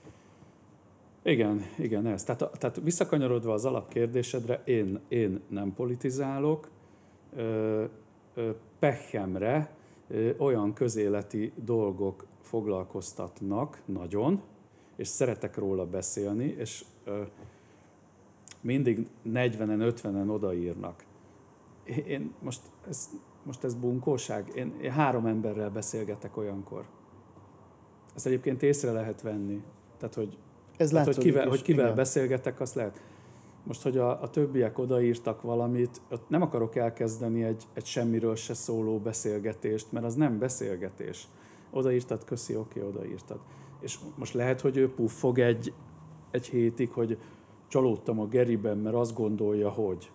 Igen, igen, ez. Tehát, tehát visszakanyarodva az alapkérdésedre, én, én nem politizálok, ö, ö, pehemre ö, olyan közéleti dolgok foglalkoztatnak nagyon, és szeretek róla beszélni, és ö, mindig negyvenen, ötvenen odaírnak. Én most ez, most ez bunkóság, én, én három emberrel beszélgetek olyankor. Ezt egyébként észre lehet venni. Tehát, hogy Ez hát, hogy kivel, is, hogy kivel igen. beszélgetek, azt lehet. Most, hogy a, a többiek odaírtak valamit, ott nem akarok elkezdeni egy, egy semmiről se szóló beszélgetést, mert az nem beszélgetés. Odaírtad, köszi, oké, odaírtad. És most lehet, hogy ő puffog egy, egy hétig, hogy csalódtam a Geriben, mert azt gondolja, hogy...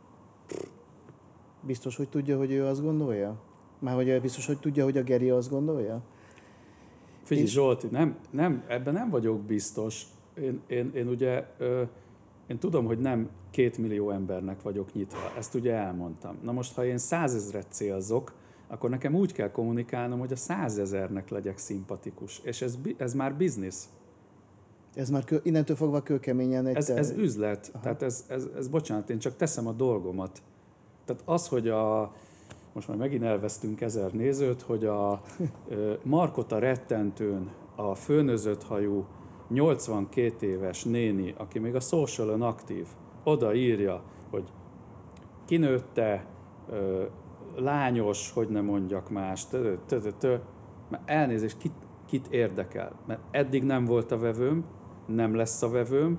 Biztos, hogy tudja, hogy ő azt gondolja? Már hogy biztos, hogy tudja, hogy a Geri azt gondolja? Figyelj, Zsolti, nem, nem, ebben nem vagyok biztos. Én, én, én ugye, ö, én tudom, hogy nem két millió embernek vagyok nyitva. Ezt ugye elmondtam. Na most, ha én százezret célzok, akkor nekem úgy kell kommunikálnom, hogy a százezernek legyek szimpatikus. És ez, ez már biznisz. Ez már kö, innentől fogva kőkeményen egy... Ez, te... ez üzlet. Aha. Tehát ez, ez, ez, bocsánat, én csak teszem a dolgomat. Tehát az, hogy a... Most már megint elvesztünk ezer nézőt, hogy a Markota rettentőn a főnözött hajú nyolcvankét éves néni, aki még a socialon aktív, odaírja, hogy kinőtte, lányos, hogy ne mondjak más, mert elnézést, kit, kit érdekel? Mert eddig nem volt a vevőm, nem lesz a vevőm,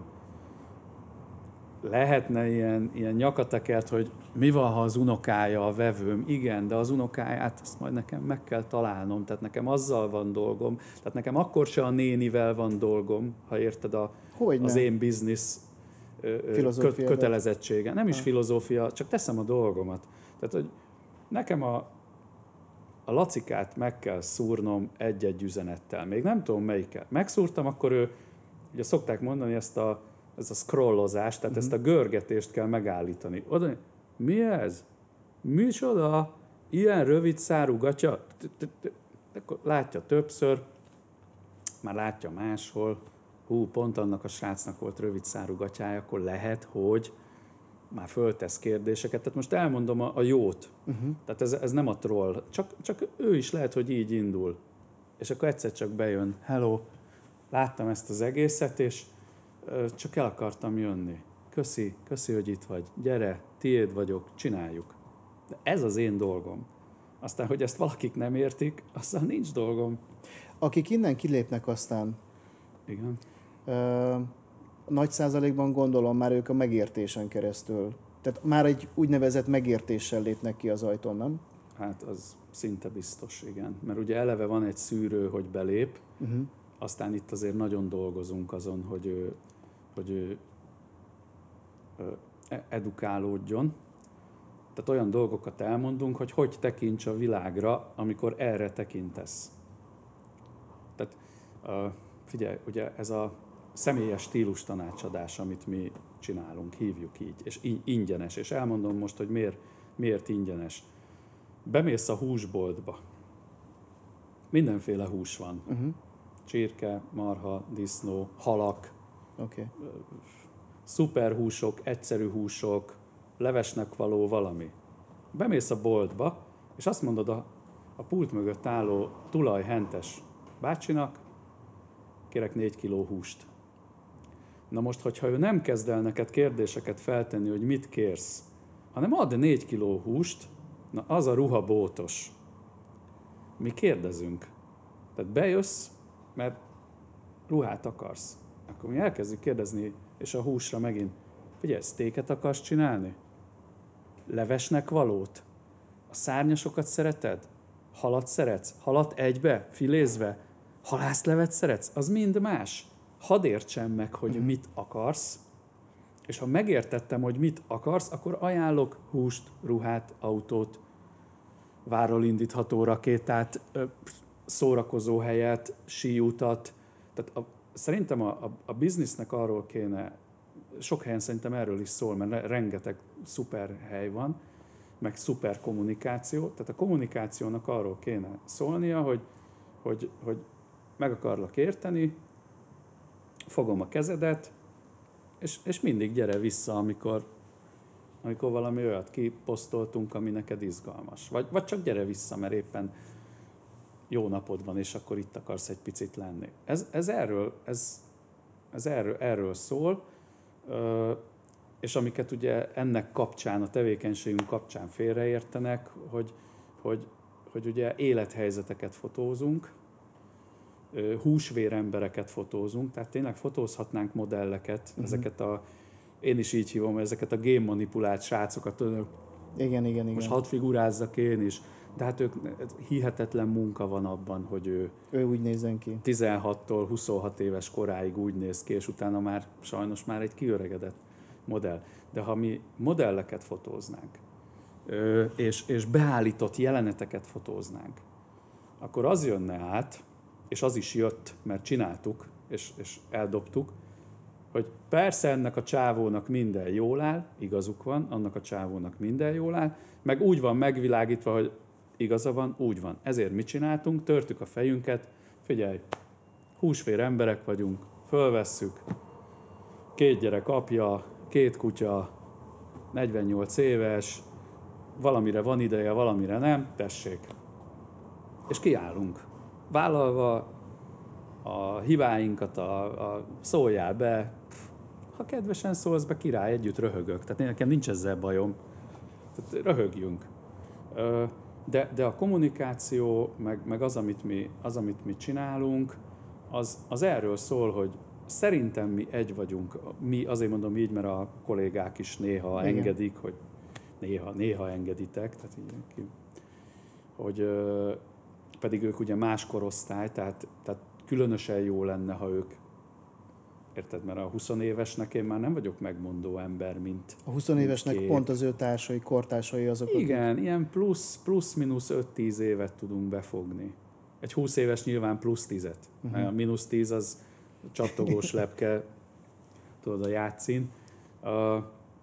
lehetne ilyen, ilyen nyakatekert, hogy mi van, ha az unokája a vevőm? Igen, de az unokáját azt majd nekem meg kell találnom, tehát nekem azzal van dolgom, tehát nekem akkor se a nénivel van dolgom, ha érted a, az én biznisz kö, kötelezettsége. Nem is ha. filozófia, csak teszem a dolgomat. Tehát, hogy nekem a, a Lacikát meg kell szúrnom egy-egy üzenettel. Még nem tudom melyikkel. Megszúrtam, akkor ő, ugye szokták mondani ezt a ez a scrollozást, tehát uh-huh. ezt a görgetést kell megállítani. Oda, mi ez? Micsoda? Ilyen rövid szárú gatya? Látja többször, már látja máshol, hú, pont annak a srácnak volt rövid szárú gatyája, akkor lehet, hogy már föltesz kérdéseket. Tehát most elmondom a, a jót. Uh-huh. Tehát ez, ez nem a troll. Csak, csak ő is lehet, hogy így indul. És akkor egyszer csak bejön, hello, láttam ezt az egészet, és csak el akartam jönni. Köszi, köszi, hogy itt vagy. Gyere, tiéd vagyok, csináljuk. De ez az én dolgom. Aztán, hogy ezt valakik nem értik, aztán nincs dolgom. Akik innen kilépnek aztán... Igen. Ö, nagy százalékban gondolom már ők a megértésen keresztül. Tehát már egy úgynevezett megértéssel lépnek ki az ajtón, nem? Hát az szinte biztos, igen. Mert ugye eleve van egy szűrő, hogy belép, uh-huh. aztán itt azért nagyon dolgozunk azon, hogy hogy ő edukálódjon. Tehát olyan dolgokat elmondunk, hogy hogy tekints a világra, amikor erre tekintesz. Tehát figyelj, ugye ez a személyes stílus tanácsadás, amit mi csinálunk, hívjuk így, és ingyenes. És elmondom most, hogy miért, miért ingyenes. Bemész a húsboltba. Mindenféle hús van. Uh-huh. Csirke, marha, disznó, halak, okay. szuperhúsok, egyszerű húsok, levesnek való valami. Bemész a boltba, és azt mondod a, a pult mögött álló tulajhentes bácsinak, kérek négy kiló húst. Na most, hogyha ő nem kezd el neked kérdéseket feltenni, hogy mit kérsz, hanem ad négy kiló húst, na az a ruha bótos. Mi kérdezünk. Tehát bejössz, mert ruhát akarsz. Akkor mi elkezdjük kérdezni, és a húsra megint, figyelj, sztéket akarsz csinálni? Levesnek valót? A szárnyasokat szereted? Halat szeretsz? Halat egybe? Filézve? Halászlevet szeretsz? Az mind más. Hadd értsem meg, hogy uh-huh. mit akarsz, és ha megértettem, hogy mit akarsz, akkor ajánlok húst, ruhát, autót, várról indítható rakétát, szórakozóhelyet, síutat. Tehát a, szerintem a, a, a biznisznek arról kéne, sok helyen szerintem erről is szól, mert rengeteg szuper hely van, meg szuper kommunikáció. Tehát a kommunikációnak arról kéne szólnia, hogy, hogy, hogy meg akarlak érteni, fogom a kezedet, és, és mindig gyere vissza, amikor, amikor valami olyat kiposztoltunk, ami neked izgalmas. Vagy, vagy csak gyere vissza, mert éppen jó napod van, és akkor itt akarsz egy picit lenni. Ez, ez, erről, ez, ez erről, erről szól, és amiket ugye ennek kapcsán, a tevékenységünk kapcsán félreértenek, hogy, hogy, hogy ugye élethelyzeteket fotózunk, húsvérembereket fotózunk, tehát tényleg fotózhatnánk modelleket, uh-huh. ezeket a, én is így hívom, ezeket a génmanipulált srácokat, igen, igen, most igen. hadd figurázzak én is, de hát ők, hihetetlen munka van abban, hogy ő, ő úgy nézzen ki. tizenhattól huszonhat éves koráig úgy néz ki, és utána már sajnos már egy kiöregedett modell. De ha mi modelleket fotóznánk, és, és beállított jeleneteket fotóznánk, akkor az jönne át, és az is jött, mert csináltuk, és, és eldobtuk, hogy persze ennek a csávónak minden jól áll, igazuk van, annak a csávónak minden jól áll, meg úgy van megvilágítva, hogy igaza van, úgy van. Ezért mit csináltunk? Törtük a fejünket, figyelj, húsvér emberek vagyunk, fölvesszük, két gyerek apja, két kutya, negyvennyolc éves, valamire van ideje, valamire nem, tessék. És kiállunk. Vállalva a hibáinkat, a, a szóljál be, pff, ha kedvesen szólsz be, király, együtt röhögök. Tehát nekem nincs ezzel bajom. Tehát röhögjünk. De, de a kommunikáció, meg, meg az, amit mi, az, amit mi csinálunk, az, az erről szól, hogy szerintem mi egy vagyunk. Mi, azért mondom így, mert a kollégák is néha Igen. engedik, hogy néha, néha engeditek, tehát így, hogy pedig ők ugye más korosztály, tehát, tehát különösen jó lenne, ha ők, érted, mert a húsz évesnek én már nem vagyok megmondó ember, mint A húsz évesnek két. pont az ő társai, kortársai azok, Igen, akik... ilyen plusz, plusz-minusz öt-tíz évet tudunk befogni. Egy húsz éves nyilván plusz tízet. Uh-huh. A mínusz tíz az csattogós lepke, tudod, a játszín. Uh,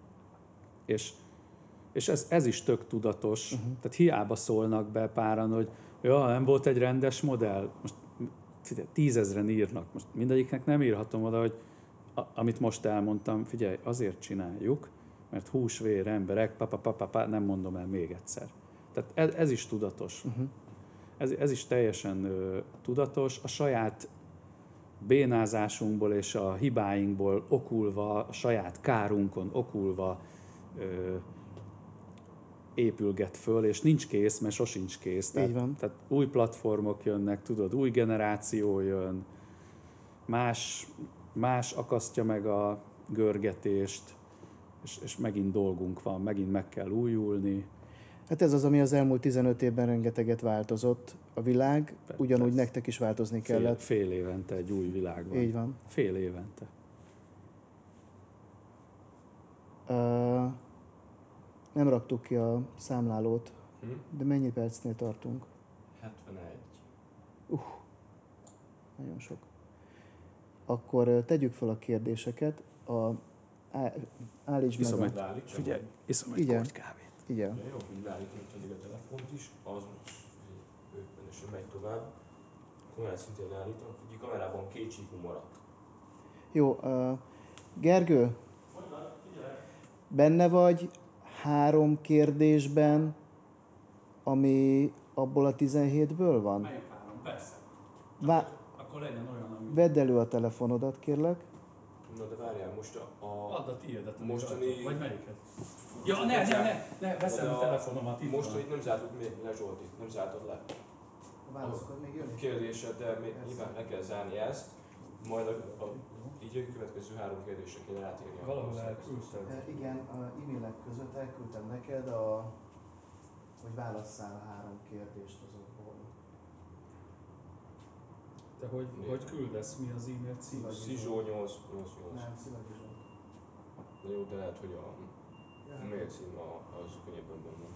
és és ez, ez is tök tudatos. Uh-huh. Tehát hiába szólnak be páran, hogy ja, nem volt egy rendes modell. Most tízezren írnak. Most mindegyiknek nem írhatom oda, hogy a, amit most elmondtam, figyelj, azért csináljuk, mert húsvér emberek, papa, papa, papa, nem mondom el még egyszer. Tehát ez, ez is tudatos. Uh-huh. Ez, ez is teljesen ö, tudatos. A saját bénázásunkból és a hibáinkból okulva, a saját kárunkon okulva ö, épülget föl, és nincs kész, mert sosincs kész. Tehát, Így van. tehát új platformok jönnek, tudod, új generáció jön, más, más akasztja meg a görgetést, és, és megint dolgunk van, megint meg kell újulni. Hát ez az, ami az elmúlt tizenöt évben rengeteget változott. A világ, ugyanúgy Persze. nektek is változni Fél, kellett. fél évente egy új világ van. Így van. Fél évente. Uh, nem raktuk ki a számlálót, Hm? de mennyi percnél tartunk? hetvenegy. Nagyon sok. Akkor uh, tegyük fel a kérdéseket. A, á, állítsd meg Iszom a... egy, Beállítsam figyelj, meg. iszom egy Igen. korty kávét. Igen. Ja, jó, hogy beállítunk pedig a telefont is, az most ötvenesen megy tovább. Kamerát szintén leállítom, hogy a kamerában két csíkú maradt. Jó, uh, Gergő, benne vagy három kérdésben, ami abból a tizenhétből van? Melyik három? Persze. Vá- Akkor legyen olyan, ami... Vedd elő a telefonodat, kérlek. Na de várjál, most a... a Add a tiédet, ami mostani- rajta. Vagy melyiket? Ja, ne, ne, ne, ne, veszem de a telefonomat itt Most, van. hogy nem zártuk még le, Zsolti, nem zártad le. A válaszokat még jönnek? Kérdésed, de még nyilván le kell zárni ezt, majd a, a, így a következő három kérdésre kell rátérni. a Valahol választ. elküldted. E, igen, a e-mailek között elküldtem neked, a, hogy válasszál három kérdést azokból. Te hogy, hogy küldesz? Mi az e-mail cím? Szizsó nyolc nyolc nyolc. Nem, Szilagyi Zsolt. De jó, de lehet, hogy a Ja. mail cím a- az könnyebben van.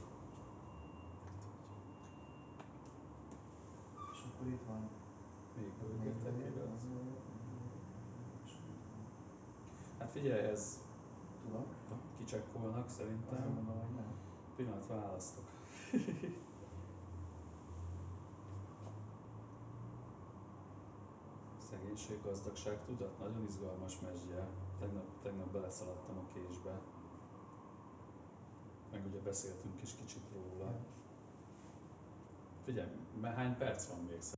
És akkor itt van. Még még bőgettek egy, igaz? az- Hát figyelj, ez Tudom. kicsekkolnak Azt szerintem. mondom, hogy nem. Pillanat, választok. Szegénység, gazdagság, tudat, nagyon izgalmas mesdje. Tegnap, tegnap beleszaladtam a késbe. Meg ugye beszéltünk is kicsit róla. Figyelj, mert hány perc van még?